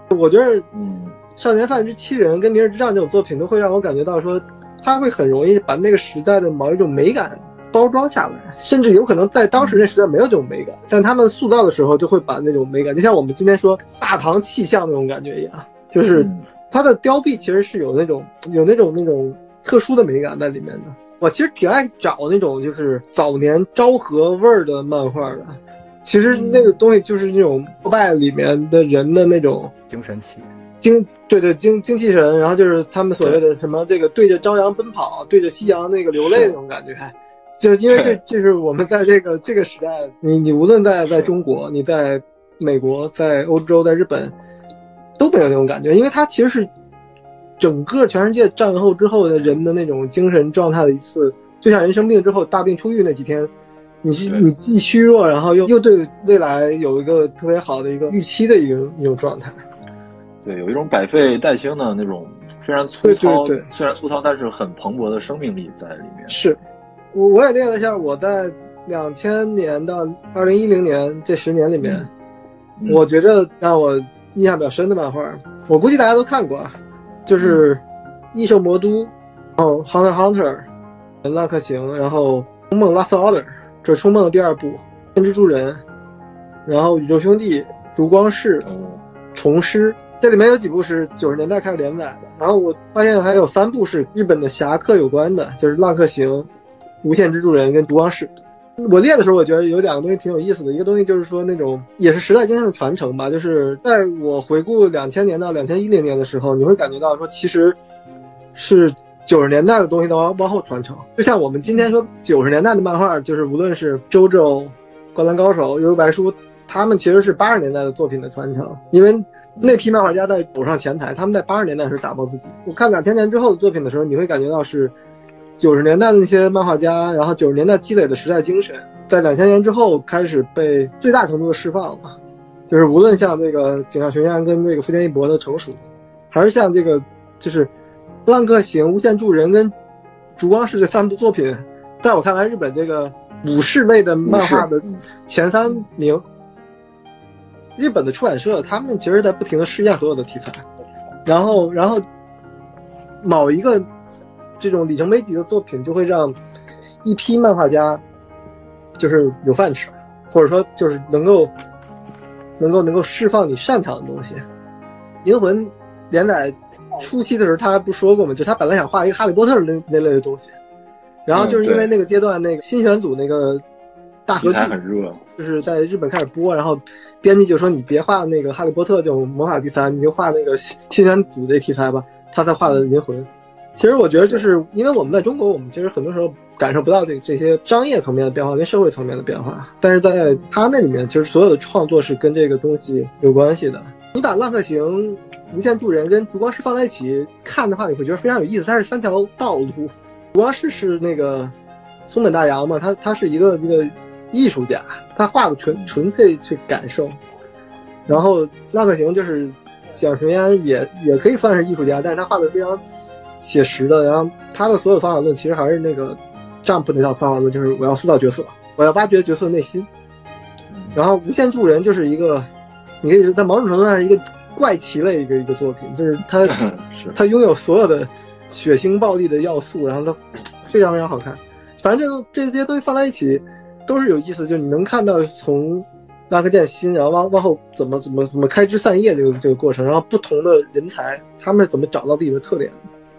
我觉得， 嗯， 少年犯之七人跟明日之战这种作品都会让我感觉到说，他会很容易把那个时代的某一种美感包装下来，甚至有可能在当时那时代没有这种美感，但他们塑造的时候就会把那种美感，就像我们今天说大唐气象那种感觉一样，就是它的雕壁其实是有那种有那种那种特殊的美感在里面的。我其实挺爱找那种就是早年昭和味儿的漫画的，其实那个东西就是那种破败里面的人的那种精神气。 精对对精精气神，然后就是他们所谓的什么这个对着朝阳奔跑，对着夕阳那个流泪那种感觉，就因为这就是我们在这个这个时代，你你无论在在中国，你在美国，在欧洲，在日本，都没有那种感觉，因为它其实是整个全世界战后之后的人的那种精神状态的一次，就像人生病之后大病初愈那几天，你你既虚弱，然后又又对未来有一个特别好的一个预期的一个一种状态。 对，有一种百废待兴的那种，虽然粗糙， 对对对虽然粗糙，但是很蓬勃的生命力在里面。 是，我我也列了一下，我在两千年到二零一零年这十年里面，嗯、我觉得让我印象比较深的漫画，我估计大家都看过，就是《异兽魔都》，然后《Hunter Hunter》、《浪客行》，然后《冲梦 Last Order》，这是《冲梦》的第二部，《天蜘蛛人》，然后《宇宙兄弟》、《烛光室》、《虫师》。这里面有几部是九十年代开始连载的，然后我发现还有三部是日本的侠客有关的，就是《浪客行》、《无限蜘蛛人》跟《烛光室》。我列的时候，我觉得有两个东西挺有意思的，一个东西就是说那种也是时代精神的传承吧，就是在我回顾两千年到两千一零年的时候，你会感觉到说其实是九十年代的东西都往往后传承。就像我们今天说九十年代的漫画，就是无论是周周、灌篮高手、幽游白书，他们其实是八十年代的作品的传承，因为那批漫画家在走上前台，他们在八十年代是打磨自己。我看两千年之后的作品的时候，你会感觉到是九十年代的那些漫画家，然后九十年代积累的时代精神，在两千年之后开始被最大程度的释放了。就是无论像这个井上雄彦跟这个富坚义博的成熟，还是像这个就是《浪客行》、《无限助人》跟《烛光室》这三部作品，在我看来，日本这个武士类的漫画的前三名。日本的出版社他们其实在不停的试验所有的题材，然后然后某一个这种里程碑级的作品就会让一批漫画家就是有饭吃，或者说就是能够能够能够释放你擅长的东西。银魂连载初期的时候他还不说过吗，就是他本来想画一个哈利波特那那类的东西，然后就是因为那个阶段那个新选组那个大合剧很热， 就是在日本开始播，然后编辑就说你别画那个哈利波特这种魔法题材，你就画那个新选组这题材吧，他才画的银魂。其实我觉得就是因为我们在中国，我们其实很多时候感受不到这这些商业层面的变化跟社会层面的变化，但是在他那里面其实所有的创作是跟这个东西有关系的。你把《浪客行》、《无限助人》跟《烛光室》放在一起看的话，你会觉得非常有意思，它是三条道路。烛光室是那个松本大洋嘛，他他是一个一个艺术家，他画的纯纯粹去感受。然后浪客行就是小熊烟也也可以算是艺术家，但是他画的非常写实的。然后他的所有方法论其实还是那个 Jump 那套方法论，就是我要塑造角色，我要挖掘角色的内心。然后无限助人就是一个，你可以在某种程度上是一个怪奇类一个一个作品，就是他他拥有所有的血腥暴力的要素，然后他非常非常好看。反正这这些东西放在一起都是有意思，就是你能看到从拉克剑心，然后往往后怎么怎么怎么开枝散叶这个这个过程，然后不同的人才他们是怎么找到自己的特点。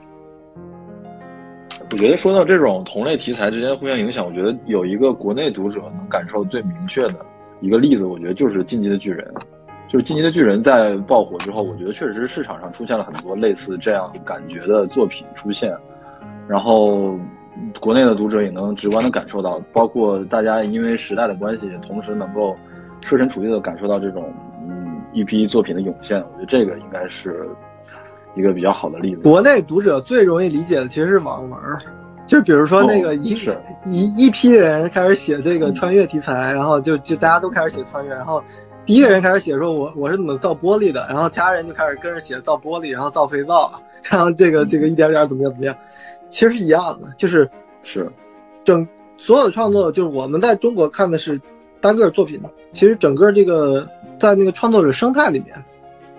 我觉得说到这种同类题材之间互相影响，我觉得有一个国内读者能感受最明确的一个例子，我觉得就是《进击的巨人》。就是《进击的巨人》在爆火之后，我觉得确实市场上出现了很多类似这样感觉的作品出现，然后国内的读者也能直观的感受到，包括大家因为时代的关系，同时能够设身处地的感受到这种嗯一批作品的涌现，我觉得这个应该是一个比较好的例子。 国内读者最容易理解的其实是网文，就是比如说那个一、哦、一一批人开始写这个穿越题材，然后就就大家都开始写穿越，然后第一个人开始写说我我是怎么造玻璃的，然后其他人就开始跟着写造玻璃，然后造肥皂，然后这个这个一点点怎么样怎么样，其实是一样的，就是是整所有的创作，就是我们在中国看的是单个作品，其实整个这个在那个创作者生态里面，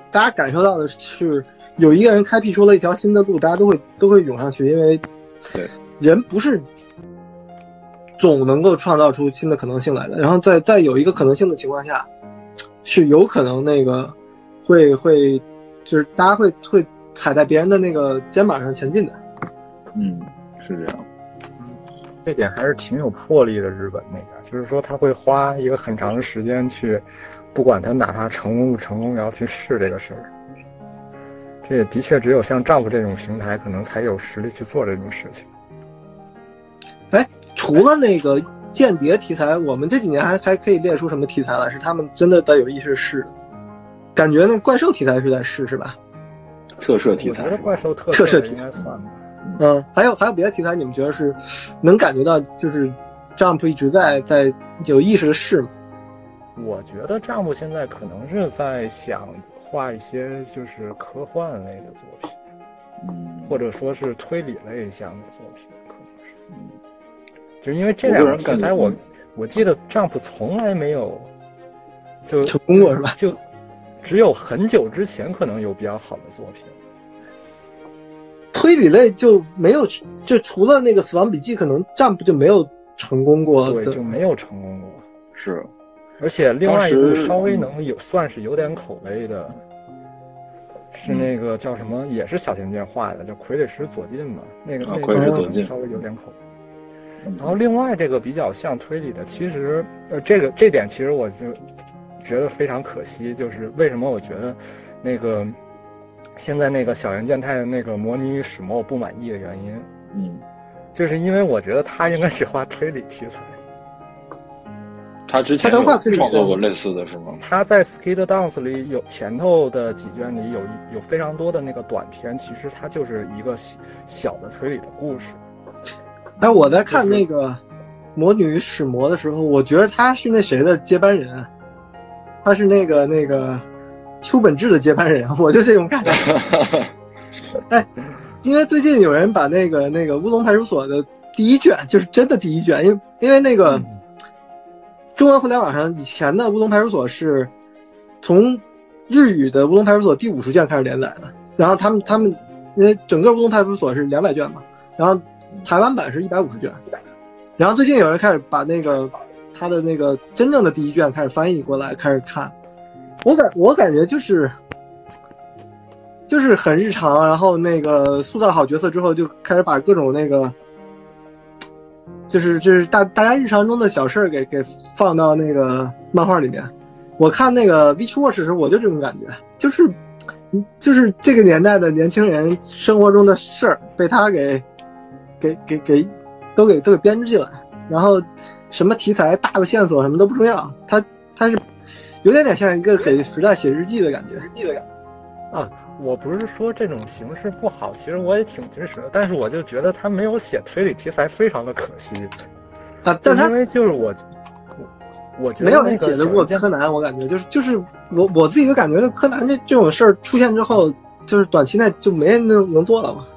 大家感受到的是有一个人开辟出了一条新的路，大家都会都会涌上去，因为对人不是总能够创造出新的可能性来的。然后在在有一个可能性的情况下，是有可能那个会会就是大家会会踩在别人的那个肩膀上前进的。 嗯，是这样。 这点还是挺有魄力的。日本那个就是说他会花一个很长的时间去，不管他哪怕成功不成功，也要去试这个事儿。这也的确只有像Jump这种平台可能才有实力去做这种事情。 哎，除了那个间谍题材，我们这几年还还可以列出什么题材来？是他们真的在有意识试的？感觉那怪兽题材是在试是吧？ 特摄题材， 我觉得怪兽特摄应该算吧。 嗯，还有还有别的题材，你们觉得是能感觉到就是 Jump 一直在在有意识的试吗？ 我觉得Jump现在可能是在想画一些就是科幻类的作品， 嗯， 或者说是推理类项的作品，可能是。嗯，就因为这两个题材我，我我记得Jump从来没有就成功过是吧？ 就只有很久之前可能有比较好的作品。 推理类就没有，就除了那个《死亡笔记》，可能Jump就没有成功过的， 对，就没有成功过。 是， 而且另外一部稍微能有算是有点口碑的，是那个叫什么，也是小田健画的，叫《傀儡师左近》嘛，那个、 啊、 那个左近稍微有点口碑。然后另外这个比较像推理的，其实呃这个这点其实我就觉得非常可惜，就是为什么我觉得那个。现在那个小原健太的那个模拟与始末我不满意的原因， 嗯， 就是因为我觉得他应该是画推理题材。 他之前有创作过类似的是吗？ 他在 Skid Dance 里有前头的几卷里有有非常多的那个短片，其实它就是一个小的推理的故事。 哎，我在看那个魔女与始末的时候，我觉得他是那谁的接班人，他是那个那个。秋本智的接班人，我就这种感觉。哎，因为最近有人把那个那个乌龙派出所的第一卷，就是真的第一卷，因为因为那个、嗯、中文互联网上以前的乌龙派出所是从日语的乌龙派出所第五十卷开始连载的，然后他们他们因为整个乌龙派出所是两百卷嘛，然后台湾版是一百五十卷，然后最近有人开始把那个他的那个真正的第一卷开始翻译过来开始看。我感我感觉就是就是很日常，然后那个塑造好角色之后，就开始把各种那个就是就是大大家日常中的小事给给放到那个漫画里面。我看那个 Witch Watch 的时候，我就这种感觉，就是就是这个年代的年轻人生活中的事儿被他给给给给都给都给编织进来，然后什么题材、大的线索什么都不重要，他他是。有点点像一个给时代写日记的感觉。日记的感觉啊，我不是说这种形式不好，其实我也挺支持的，但是我就觉得他没有写推理题材，非常的可惜啊。但他因为就是我，我觉得没有人写得过柯南，我感觉就是就是我我自己就感觉柯南这这种事儿出现之后，就是短期内就没人能能做了嘛。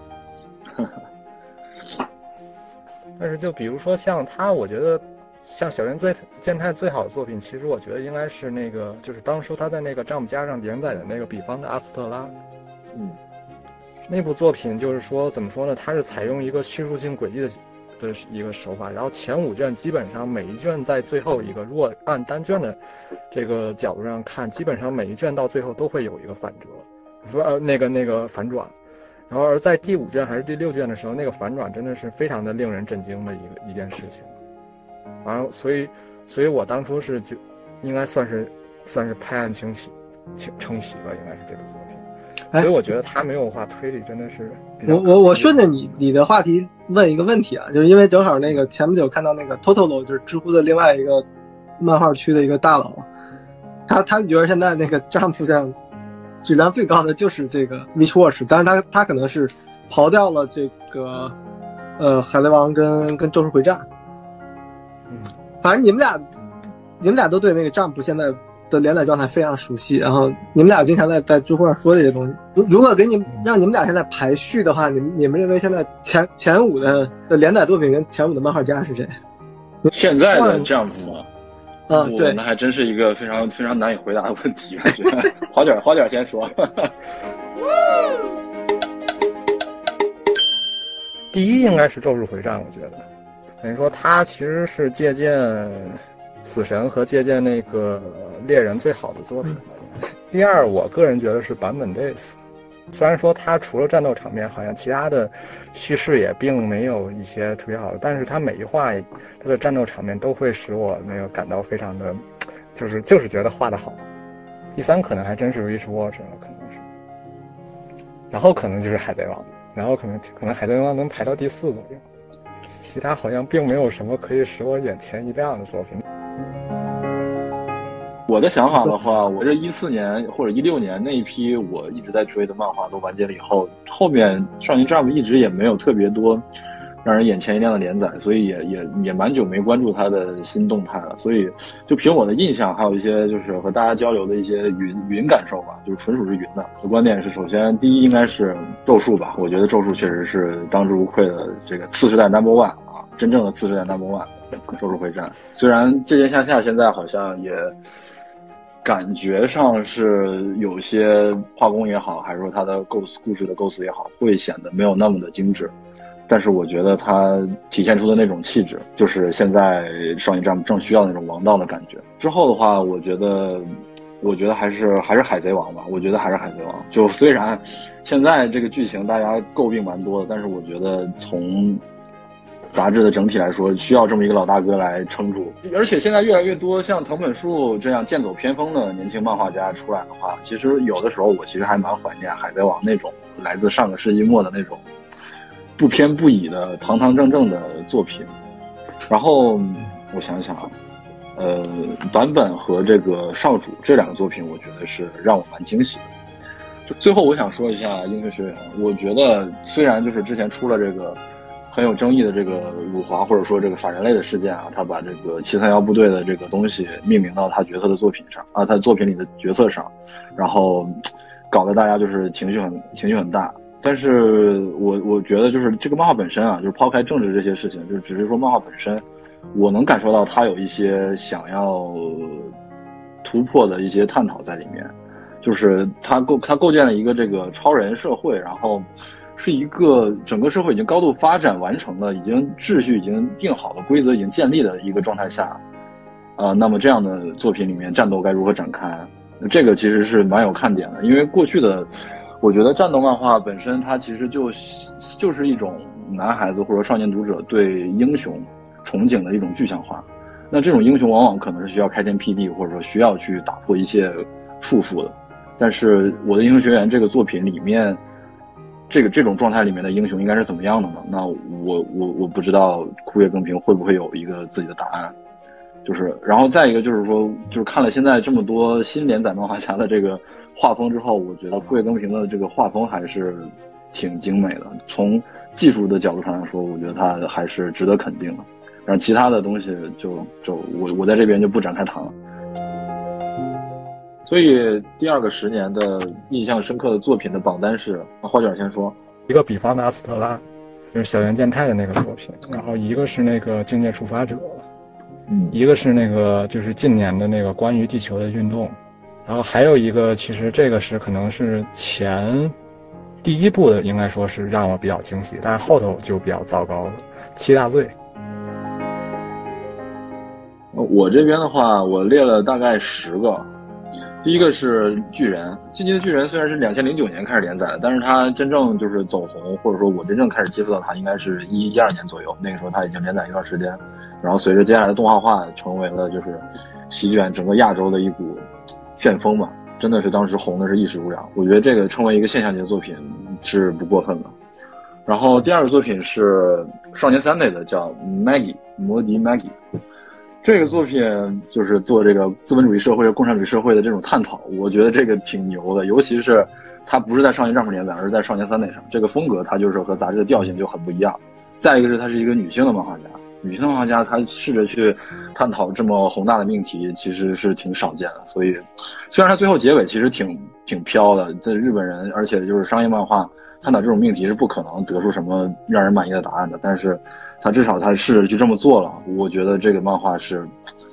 但是就比如说像他，我觉得。像小原健太最好的作品，其实我觉得应该是那个，就是当初他在那个Jump加上连载的那个比方的阿斯特拉， 嗯， 那部作品就是说怎么说呢？它是采用一个叙述性轨迹的的一个手法，然后前五卷基本上每一卷在最后一个，如果按单卷的这个角度上看，基本上每一卷到最后都会有一个反折，说呃那个那个反转，然后而在第五卷还是第六卷的时候，那个反转真的是非常的令人震惊的一个一件事情。然后，所以，所以我当初是就，应该算是，算是拍案惊奇，称奇吧，应该是这个作品。所以我觉得他没有画推理，真的是比较。 我我我顺着你你的话题问一个问题啊，就是因为正好那个前不久看到那个 Totoro， 就是知乎的另外一个漫画区的一个大佬，他他觉得现在那个 Jump 上质量最高的就是这个 Witch Watch， 但是他他可能是刨掉了这个呃海贼王跟跟咒术回战。反正你们俩，你们俩都对那个 Jump 现在的连载状态非常熟悉，然后你们俩经常在在知乎上说这些东西。如果给你们让你们俩现在排序的话，你们你们认为现在前前五的的连载作品跟前五的漫画家是谁？ 现在的 Jump 吗？ 啊，对， 那还真是一个非常非常难以回答的问题，感觉。花卷花卷先说。 第一应该是《咒术回战》，我觉得，等于说它其实是借鉴死神和借鉴那个猎人最好的作品。第二，我个人觉得是版本 Days。虽然说它除了战斗场面，好像其他的叙事也并没有一些特别好的，但是它每一画它的战斗场面都会使我那个感到非常的，就是就是觉得画得好。第三可能还真是 Reach Watch 了，可能是，然后可能就是海贼王，然后可能可能海贼王能排到第四左右，其他好像并没有什么可以使我眼前一亮的作品。 我的想法的话，我这一四年或者一六年那一批我一直在追的漫画都完结了以后，后面少年 Jump 一直也没有特别多让人眼前一亮的连载，所以也也也蛮久没关注它的新动态了。所以就凭我的印象，还有一些就是和大家交流的一些云云感受吧，就是纯属是云的。我的观点是，首先第一应该是咒术吧，我觉得咒术确实是当之无愧的这个次世代 number one 啊，真正的次世代 number one。咒术回战虽然借鉴向下现在好像也感觉上是有些画工也好，还是说它的构思故事的构思也好，会显得没有那么的精致，但是我觉得它体现出的那种气质，就是现在少年 Jump 正需要那种王道的感觉。之后的话，我觉得我觉得还是还是海贼王吧，我觉得还是海贼王。就虽然现在这个剧情大家诟病蛮多的，但是我觉得从杂志的整体来说，需要这么一个老大哥来撑住。而且现在越来越多像藤本树这样剑走偏锋的年轻漫画家出来的话，其实有的时候我其实还蛮怀念海贼王那种来自上个世纪末的那种不偏不倚的堂堂正正的作品。然后我想想啊，呃，坂本和这个少主这两个作品，我觉得是让我蛮惊喜的。就最后我想说一下英雄学院，我觉得虽然就是之前出了这个很有争议的这个辱华或者说这个反人类的事件啊，他把这个七三幺部队的这个东西命名到他角色的作品上啊，他作品里的角色上，然后搞得大家就是情绪很情绪很大。但是我我觉得就是这个漫画本身啊，就是抛开政治这些事情，就是只是说漫画本身，我能感受到他有一些想要突破的一些探讨在里面，就是他构他构建了一个这个超人社会，然后是一个整个社会已经高度发展完成了，已经秩序已经定好了，规则已经建立的一个状态下，呃，那么这样的作品里面战斗该如何展开？这个其实是蛮有看点的，因为过去的，我觉得战斗漫画本身它其实就就是一种男孩子或者少年读者对英雄憧憬的一种具象化。那这种英雄往往可能是需要开天辟地，或者说需要去打破一切束缚的。但是我的英雄学院这个作品里面，这个这种状态里面的英雄应该是怎么样的呢？那我我我不知道枯叶更平会不会有一个自己的答案。就是，然后再一个就是说，就是看了现在这么多新连载漫画家的这个画风之后，我觉得枯叶更平的这个画风还是挺精美的。从技术的角度上来说，我觉得它还是值得肯定的。然后其他的东西就就我我在这边就不展开谈了。所以第二个十年的印象深刻的作品的榜单是，花卷先说。 一个比方的阿斯特拉，就是小原健太的那个作品，然后一个是那个境界触发者， 嗯， 一个是那个就是近年的那个关于地球的运动，然后还有一个其实这个是可能是前第一部的，应该说是让我比较惊喜，但是后头就比较糟糕了，七大罪。 我这边的话，我列了大概十个。第一个是巨人，进击的巨人虽然是两千零九年开始连载的，但是它真正就是走红，或者说我真正开始接触到它，应该是一一二年左右。那个时候它已经连载一段时间，然后随着接下来的动画化，成为了就是席卷整个亚洲的一股旋风嘛，真的是当时红的是一时无两。我觉得这个称为一个现象级的作品是不过分的。然后第二个作品是少年三类的，叫 Maggie 摩迪 Maggie。这个作品就是做这个资本主义社会和共产主义社会的这种探讨，我觉得这个挺牛的，尤其是它不是在少年Jump连载，而是在少年三类上，这个风格它就是和杂志的调性就很不一样。再一个是它是一个女性的漫画家，女性漫画家她试着去探讨这么宏大的命题，其实是挺少见的。所以虽然它最后结尾其实挺挺飘的，在日本人，而且就是商业漫画探讨这种命题是不可能得出什么让人满意的答案的，但是他至少他试着去这么做了，我觉得这个漫画是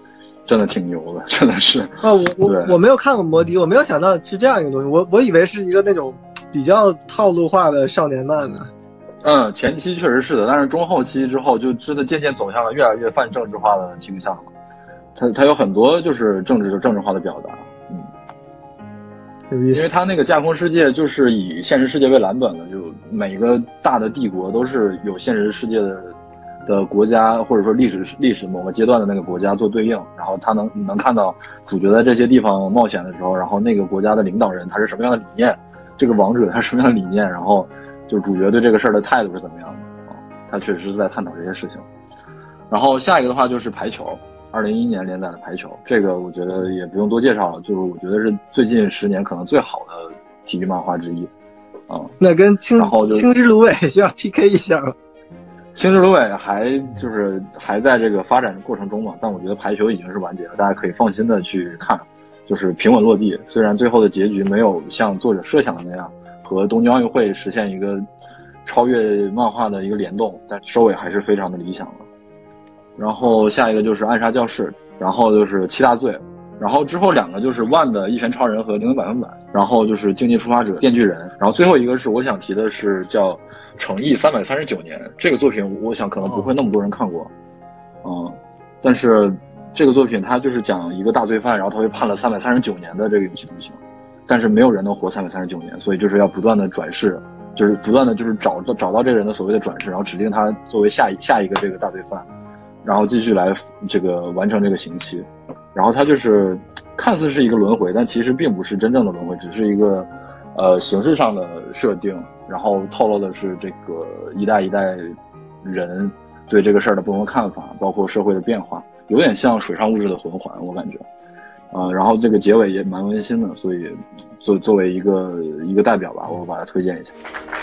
真的挺牛的，真的是。 啊，我我我没有看过摩迪，我没有想到是这样一个东西，我我以为是一个那种比较套路化的少年漫呢。 嗯，前期确实是的，但是中后期之后就真的渐渐走向了越来越泛政治化的倾向了。它它有很多就是政治政治化的表达，嗯，因为它那个架空世界就是以现实世界为蓝本的，就每个大的帝国都是有现实世界的的国家，或者说历史历史某个阶段的那个国家做对应，然后他能能看到主角在这些地方冒险的时候，然后那个国家的领导人他是什么样的理念，这个王者他是什么样的理念，然后就主角对这个事儿的态度是怎么样的啊？他确实是在探讨这些事情。然后下一个的话就是排球，二零一一年连载的排球，这个我觉得也不用多介绍了，就是我觉得是最近十年可能最好的体育漫画之一啊。 那跟青青之芦苇需要 P K 一下吗？ 青之芦苇还就是还在这个发展的过程中嘛，但我觉得排球已经是完结了，大家可以放心的去看，就是平稳落地。虽然最后的结局没有像作者设想的那样和东京奥运会实现一个超越漫画的一个联动，但收尾还是非常的理想的。然后下一个就是暗杀教室，然后就是七大罪，然后之后两个就是万的一拳超人和零零百分百，然后就是竞技出发者电锯人，然后最后一个是我想提的是叫诚意三百三十九年，这个作品我想可能不会那么多人看过，嗯，但是这个作品它就是讲一个大罪犯，然后他被判了三百三十九年的这个有期徒刑，但是没有人能活三百三十九年，所以就是要不断的转世，就是不断的就是找找到这个人的所谓的转世，然后指定他作为下一下一个这个大罪犯，然后继续来这个完成这个刑期。然后它就是看似是一个轮回，但其实并不是真正的轮回，只是一个呃形式上的设定，然后透露的是这个一代一代人对这个事儿的不同的看法，包括社会的变化，有点像水上物质的魂环，我感觉。呃，然后这个结尾也蛮温馨的，所以作作为一个一个代表吧，我把它推荐一下。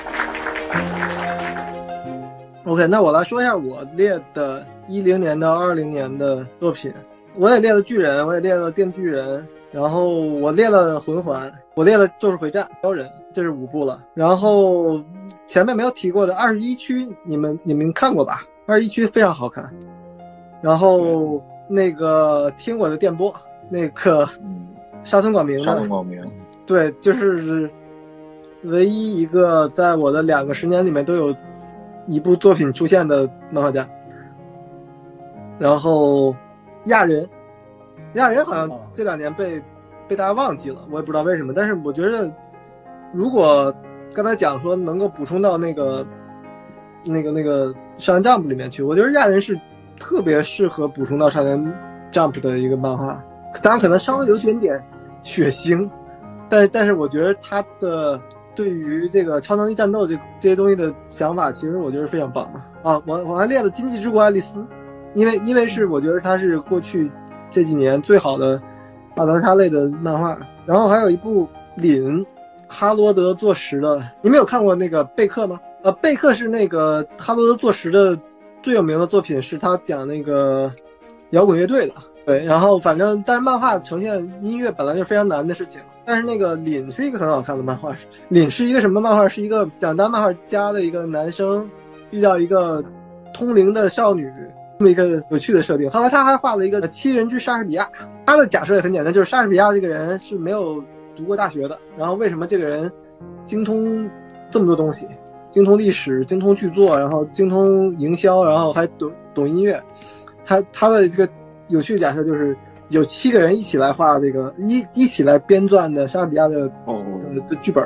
OK， 那我来说一下我列的一零年到二零年的作品。我也列了巨人，我也列了电锯人，然后我列了魂环，我列了咒术回战、妖人，这是五部了。然后前面没有提过的二十一区，你们你们看过吧？二十一区非常好看。然后那个听我的电波，那个沙村广明的， 沙村广明， 对，就是唯一一个在我的两个十年里面都有一部作品出现的漫画家。然后亚人，亚人好像这两年被被大家忘记了，我也不知道为什么。但是我觉得，如果刚才讲说能够补充到那个那个那个少年 Jump 里面去，我觉得亚人是特别适合补充到少年 Jump 的一个漫画。当然可能稍微有一点点血腥，但是但是我觉得他的对于这个超能力战斗这这些东西的想法，其实我觉得非常棒啊！我我还列了《经济之国爱丽丝》。因为因为是我觉得它是过去这几年最好的大逃杀类的漫画，然后还有一部凛哈罗德作石的，你们有看过那个贝克吗？呃，贝克是那个哈罗德作石的最有名的作品，是他讲那个摇滚乐队的，对，然后反正但是漫画呈现音乐本来就非常难的事情，但是那个凛是一个很好看的漫画。凛是一个什么漫画？是一个讲当漫画家的一个男生遇到一个通灵的少女。这么一个有趣的设定。后来他还画了一个七人之莎士比亚，他的假设也很简单，就是莎士比亚这个人是没有读过大学的，然后为什么这个人精通这么多东西，精通历史，精通剧作，然后精通营销，然后还懂懂音乐。他他的这个有趣的假设就是有七个人一起来画这个一一起来编撰的莎士比亚的哦的的剧本。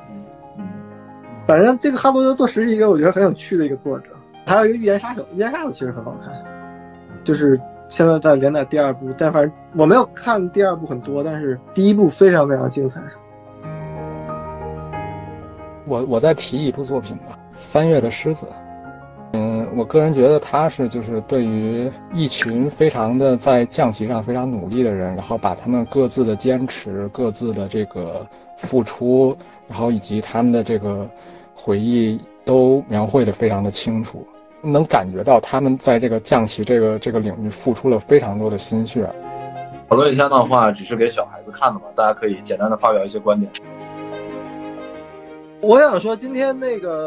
反正这个哈罗德作石是一个我觉得很有趣的一个作者。还有一个预言杀手，预言杀手其实很好看，就是现在在连载第二部，但反正我没有看第二部很多，但是第一部非常非常精彩。 我我再提一部作品吧，三月的狮子。嗯，我个人觉得他是就是对于一群非常的在象棋上非常努力的人，然后把他们各自的坚持、各自的这个付出，然后以及他们的这个回忆都描绘得非常的清楚。能感觉到他们在这个象棋这个这个领域付出了非常多的心血。 讨论一下漫画只是给小孩子看的嘛，大家可以简单的发表一些观点。 我想说今天那个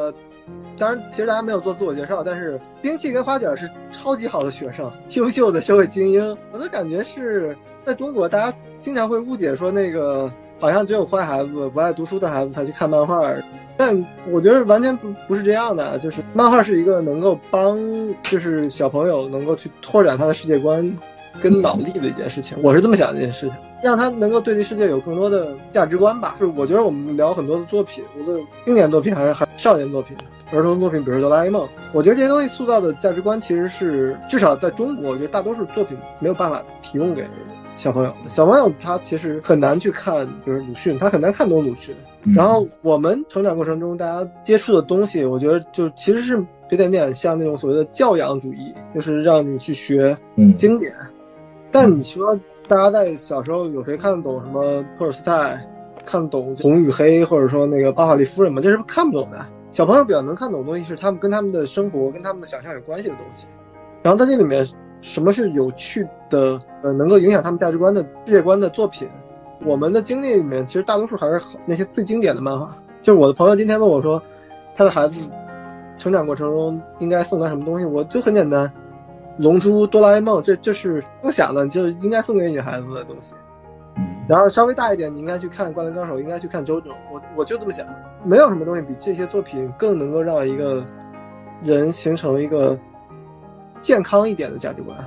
当然，其实大家没有做自我介绍，但是兵器跟花卷是超级好的学生，优秀的社会精英。我的感觉是在中国，大家经常会误解说那个好像只有坏孩子、不爱读书的孩子才去看漫画，但我觉得完全不不是这样的。就是漫画是一个能够帮，就是小朋友能够去拓展他的世界观跟脑力的一件事情。我是这么想的一件事情，让他能够对这世界有更多的价值观吧。就是我觉得我们聊很多的作品，无论经典作品还是还少年作品。儿童作品，比如哆啦 A 梦，我觉得这些东西塑造的价值观其实是至少在中国，我觉得大多数作品没有办法提供给小朋友的。小朋友他其实很难去看，比如鲁迅，他很难看懂鲁迅。嗯、然后我们成长过程中大家接触的东西，我觉得就其实是有点点像那种所谓的教养主义，就是让你去学经典。嗯、但你说大家在小时候有谁看得懂什么托尔斯泰，看懂红与黑，或者说那个巴伐利夫人吗？这是看不懂的。小朋友比较能看懂的东西是他们跟他们的生活跟他们的想象有关系的东西，然后在这里面什么是有趣的呃能够影响他们价值观的世界观的作品，我们的经历里面其实大多数还是那些最经典的漫画。就是我的朋友今天问我说他的孩子成长过程中应该送他什么东西，我就很简单，龙珠、哆啦 A 梦，这这是我想的，就应该送给你孩子的东西。然后稍微大一点，你应该去看《灌篮高手》，应该去看《周周》。我我就这么想，没有什么东西比这些作品更能够让一个人形成一个健康一点的价值观。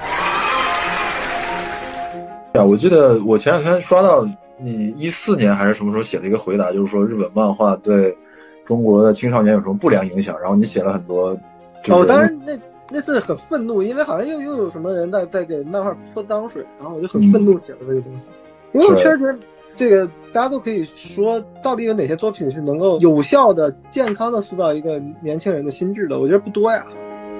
啊，我记得我前两天刷到你一四年还是什么时候写了一个回答，就是说日本漫画对中国的青少年有什么不良影响，然后你写了很多。 哦，当然那。那次很愤怒，因为好像又又有什么人在在给漫画泼脏水，然后我就很愤怒写了这个东西。嗯、因为我确实觉得这个大家都可以说，到底有哪些作品是能够有效的、健康的塑造一个年轻人的心智的？我觉得不多呀。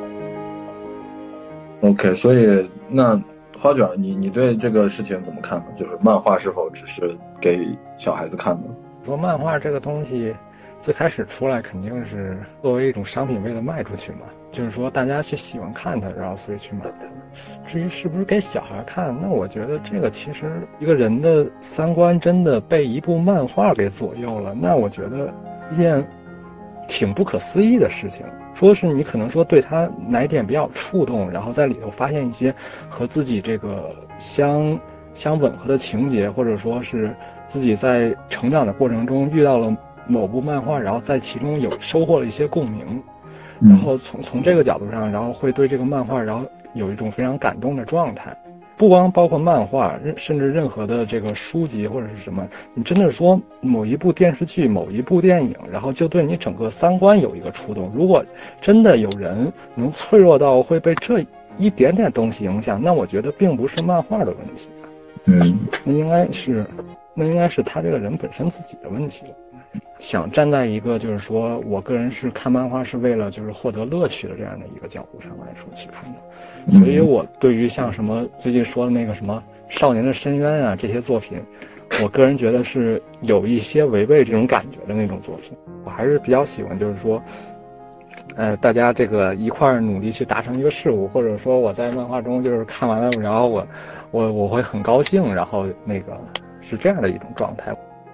OK， 所以那花卷，你你对这个事情怎么看呢？就是漫画是否只是给小孩子看的？ 说漫画这个东西。最开始出来肯定是作为一种商品为了卖出去嘛，就是说大家去喜欢看它，然后所以去买它。至于是不是给小孩看，那我觉得这个其实一个人的三观真的被一部漫画给左右了，那我觉得一件挺不可思议的事情。说是你可能说对他哪一点比较触动，然后在里头发现一些和自己这个相相吻合的情节，或者说是自己在成长的过程中遇到了某部漫画，然后在其中有收获了一些共鸣，然后从从这个角度上，然后会对这个漫画，然后有一种非常感动的状态。不光包括漫画，甚至任何的这个书籍或者是什么，你真的说某一部电视剧、某一部电影，然后就对你整个三观有一个触动。如果真的有人能脆弱到会被这一点点东西影响，那我觉得并不是漫画的问题， 嗯， 那应该是，那应该是他这个人本身自己的问题了。想站在一个就是说我个人是看漫画是为了就是获得乐趣的这样的一个角度上来说去看的，所以我对于像什么最近说的那个什么少年的深渊啊这些作品，我个人觉得是有一些违背这种感觉的那种作品。我还是比较喜欢就是说呃，大家这个一块儿努力去达成一个事物，或者说我在漫画中就是看完了，然后我我我会很高兴，然后那个是这样的一种状态。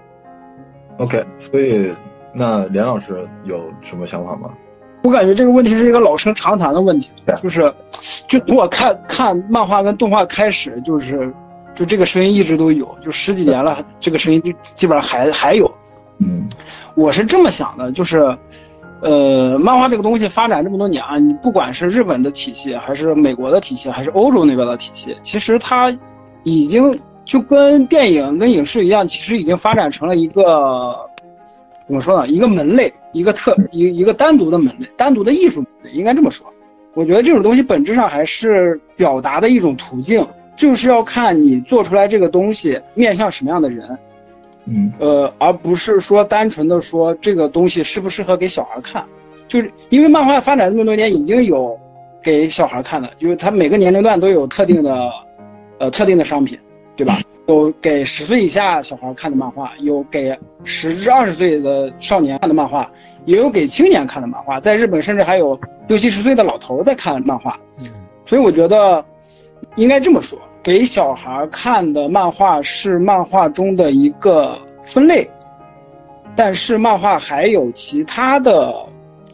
OK， 所以那连老师有什么想法吗？ 我感觉这个问题是一个老生常谈的问题，就是就从我看看漫画跟动画开始，就是就这个声音一直都有，就十几年了，这个声音就基本上还还有。 嗯， 我是这么想的，就是呃，漫画这个东西发展这么多年啊，你不管是日本的体系，还是美国的体系，还是欧洲那边的体系，其实它已经就跟电影跟影视一样，其实已经发展成了一个怎么说呢？一个门类，一个特一一个单独的门类，单独的艺术门类，应该这么说。我觉得这种东西本质上还是表达的一种途径，就是要看你做出来这个东西面向什么样的人， 嗯， 呃，而不是说单纯的说这个东西适不适合给小孩看。就是因为漫画发展这么多年，已经有给小孩看的，就是它每个年龄段都有特定的，呃，特定的商品。对吧？有给十岁以下小孩看的漫画，有给十至二十岁的少年看的漫画，也有给青年看的漫画。在日本，甚至还有六七十岁的老头在看漫画。所以我觉得应该这么说：给小孩看的漫画是漫画中的一个分类，但是漫画还有其他的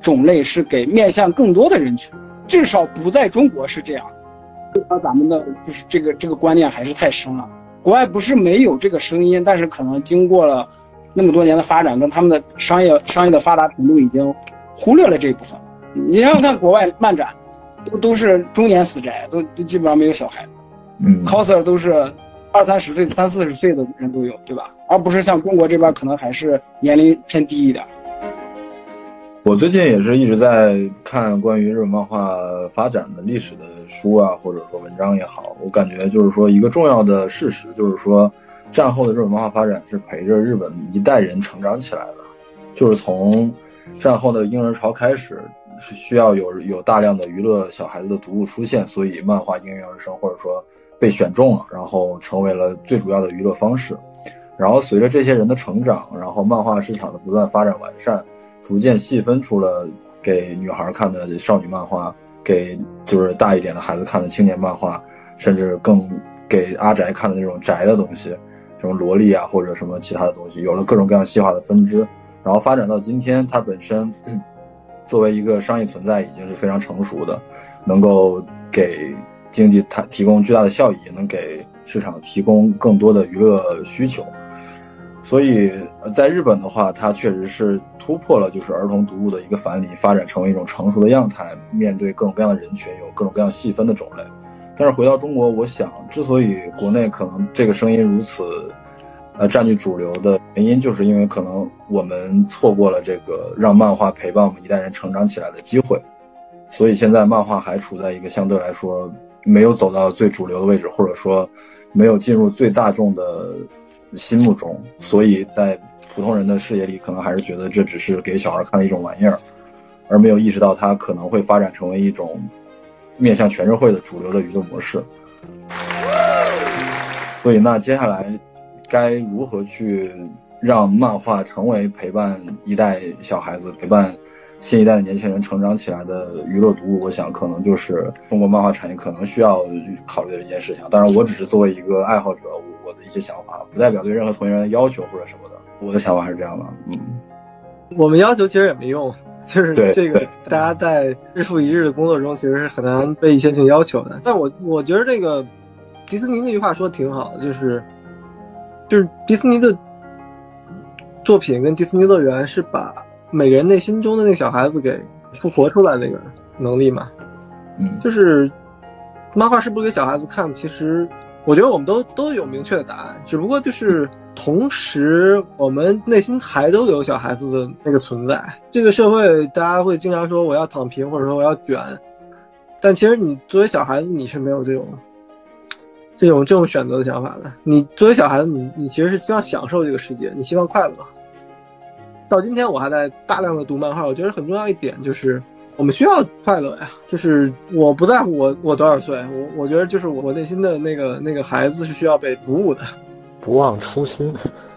种类是给面向更多的人群，至少不在中国是这样。那咱们的就是这个这个观念还是太深了。国外不是没有这个声音，但是可能经过了那么多年的发展，跟他们的商业商业的发达程度已经忽略了这一部分。你想想看，国外漫展都都是中年死宅，都都基本上没有小孩， 嗯 ，coser 都是二三十岁、三四十岁的人都有，对吧？而不是像中国这边可能还是年龄偏低一点。 我最近也是一直在看关于日本漫画发展的历史的书啊，或者说文章也好，我感觉就是说一个重要的事实就是说，战后的日本漫画发展是陪着日本一代人成长起来的，就是从战后的婴儿潮开始，是需要有有大量的娱乐小孩子的读物出现，所以漫画应运而生，或者说被选中了，然后成为了最主要的娱乐方式。然后随着这些人的成长，然后漫画市场的不断发展完善，逐渐细分出了给女孩看的少女漫画，给就是大一点的孩子看的青年漫画，甚至更给阿宅看的那种宅的东西，这种萝莉啊或者什么其他的东西，有了各种各样细化的分支。然后发展到今天，它本身、嗯、作为一个商业存在已经是非常成熟的，能够给经济它提供巨大的效益，也能给市场提供更多的娱乐需求。所以在日本的话，它确实是突破了就是儿童读物的一个藩篱，发展成为一种成熟的样态，面对各种各样的人群，有各种各样细分的种类。但是回到中国，我想之所以国内可能这个声音如此呃占据主流的原因，就是因为可能我们错过了这个让漫画陪伴我们一代人成长起来的机会，所以现在漫画还处在一个相对来说没有走到最主流的位置，或者说没有进入最大众的心目中，所以在普通人的视野里可能还是觉得这只是给小孩看的一种玩意儿，而没有意识到它可能会发展成为一种面向全社会的主流的娱乐模式。所以那接下来该如何去让漫画成为陪伴一代小孩子，陪伴新一代的年轻人成长起来的娱乐读物，我想可能就是中国漫画产业可能需要考虑的一件事情。当然我只是作为一个爱好者，我的一些想法不代表对任何从业人员的要求或者什么的，我的想法是这样的。嗯， 我们要求其实也没用，就是这个大家在日复一日的工作中其实是很难被一些性要求的。但我我觉得这个迪士尼那句话说的挺好的，就是就是迪士尼的作品跟迪士尼乐园是把每个人内心中的那个小孩子给复活出来那个能力嘛。 嗯， 就是漫画是不是给小孩子看，其实我觉得我们都都有明确的答案，只不过就是同时我们内心还都有小孩子的那个存在。这个社会大家会经常说我要躺平，或者说我要卷，但其实你作为小孩子你是没有这种这种这种选择的想法的。你作为小孩子，你你其实是希望享受这个世界，你希望快乐。到今天我还在大量的读漫画，我觉得很重要一点就是我们需要快乐呀。就是我不在乎我我多少岁，我我觉得就是我内心的那个那个孩子是需要被鼓舞的， 不忘初心。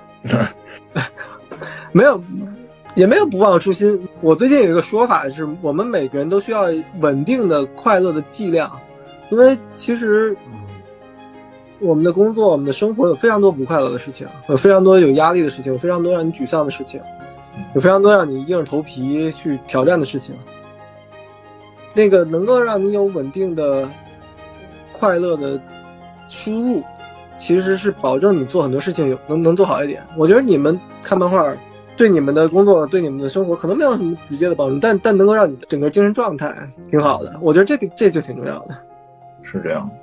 没有，也没有不忘初心。我最近有一个说法是，我们每个人都需要稳定的快乐的剂量，因为其实我们的工作、我们的生活有非常多不快乐的事情，有非常多有压力的事情，有非常多让你沮丧的事情，有非常多让你硬着头皮去挑战的事情。那个能够让你有稳定的快乐的输入，其实是保证你做很多事情有能能做好一点。我觉得你们看漫画对你们的工作、对你们的生活可能没有什么直接的帮助，但但能够让你的整个精神状态挺好的。我觉得这个这就挺重要的。 是这样。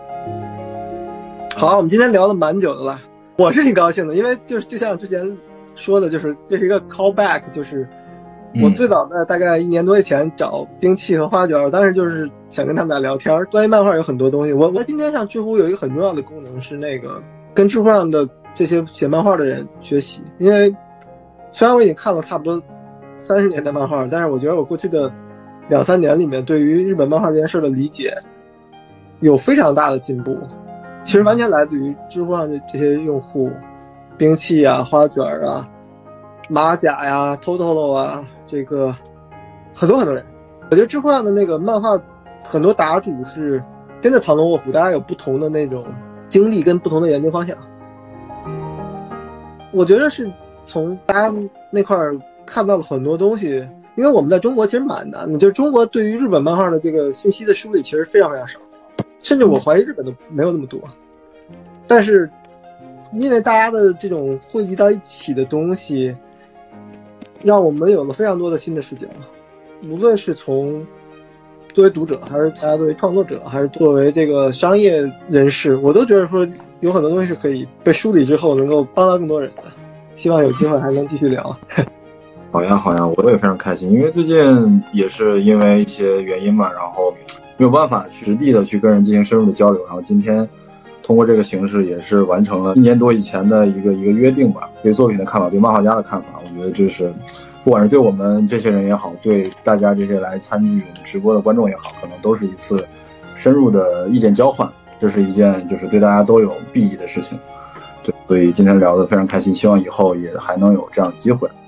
好，我们今天聊了蛮久的了，我是挺高兴的，因为就是就像之前说的，就是这是一个 callback， 就是我最早在大概一年多以前找兵器和花卷，我当时就是想跟他们俩聊天。关于漫画有很多东西，我我今天上知乎有一个很重要的功能是那个跟知乎上的这些写漫画的人学习，因为虽然我已经看了差不多三十年的漫画，但是我觉得我过去的两三年里面对于日本漫画这件事的理解有非常大的进步，其实完全来自于知乎上的这些用户，兵器啊、花卷啊、马甲呀、Totoro 啊，这个很多很多人。我觉得知乎上的那个漫画很多答主是真的藏龙卧虎，大家有不同的那种经历跟不同的研究方向。我觉得是从大家那块看到了很多东西， 因为我们在中国其实蛮难的，就是中国对于日本漫画的这个信息的梳理其实非常非常少，甚至我怀疑日本都没有那么多。但是因为大家的这种汇集到一起的东西，让我们有了非常多的新的视角，无论是从作为读者，还是大家作为创作者，还是作为这个商业人士，我都觉得说有很多东西是可以被梳理之后能够帮到更多人的。希望有机会还能继续聊。 好呀好呀，我也非常开心，因为最近也是因为一些原因嘛，然后没有办法实地的去跟人进行深入的交流，然后今天通过这个形式也是完成了一年多以前的一个一个约定吧，对作品的看法，对漫画家的看法，我觉得这是不管是对我们这些人也好，对大家这些来参与我们直播的观众也好，可能都是一次深入的意见交换，这是一件就是对大家都有裨益的事情。对，所以今天聊得非常开心，希望以后也还能有这样的机会。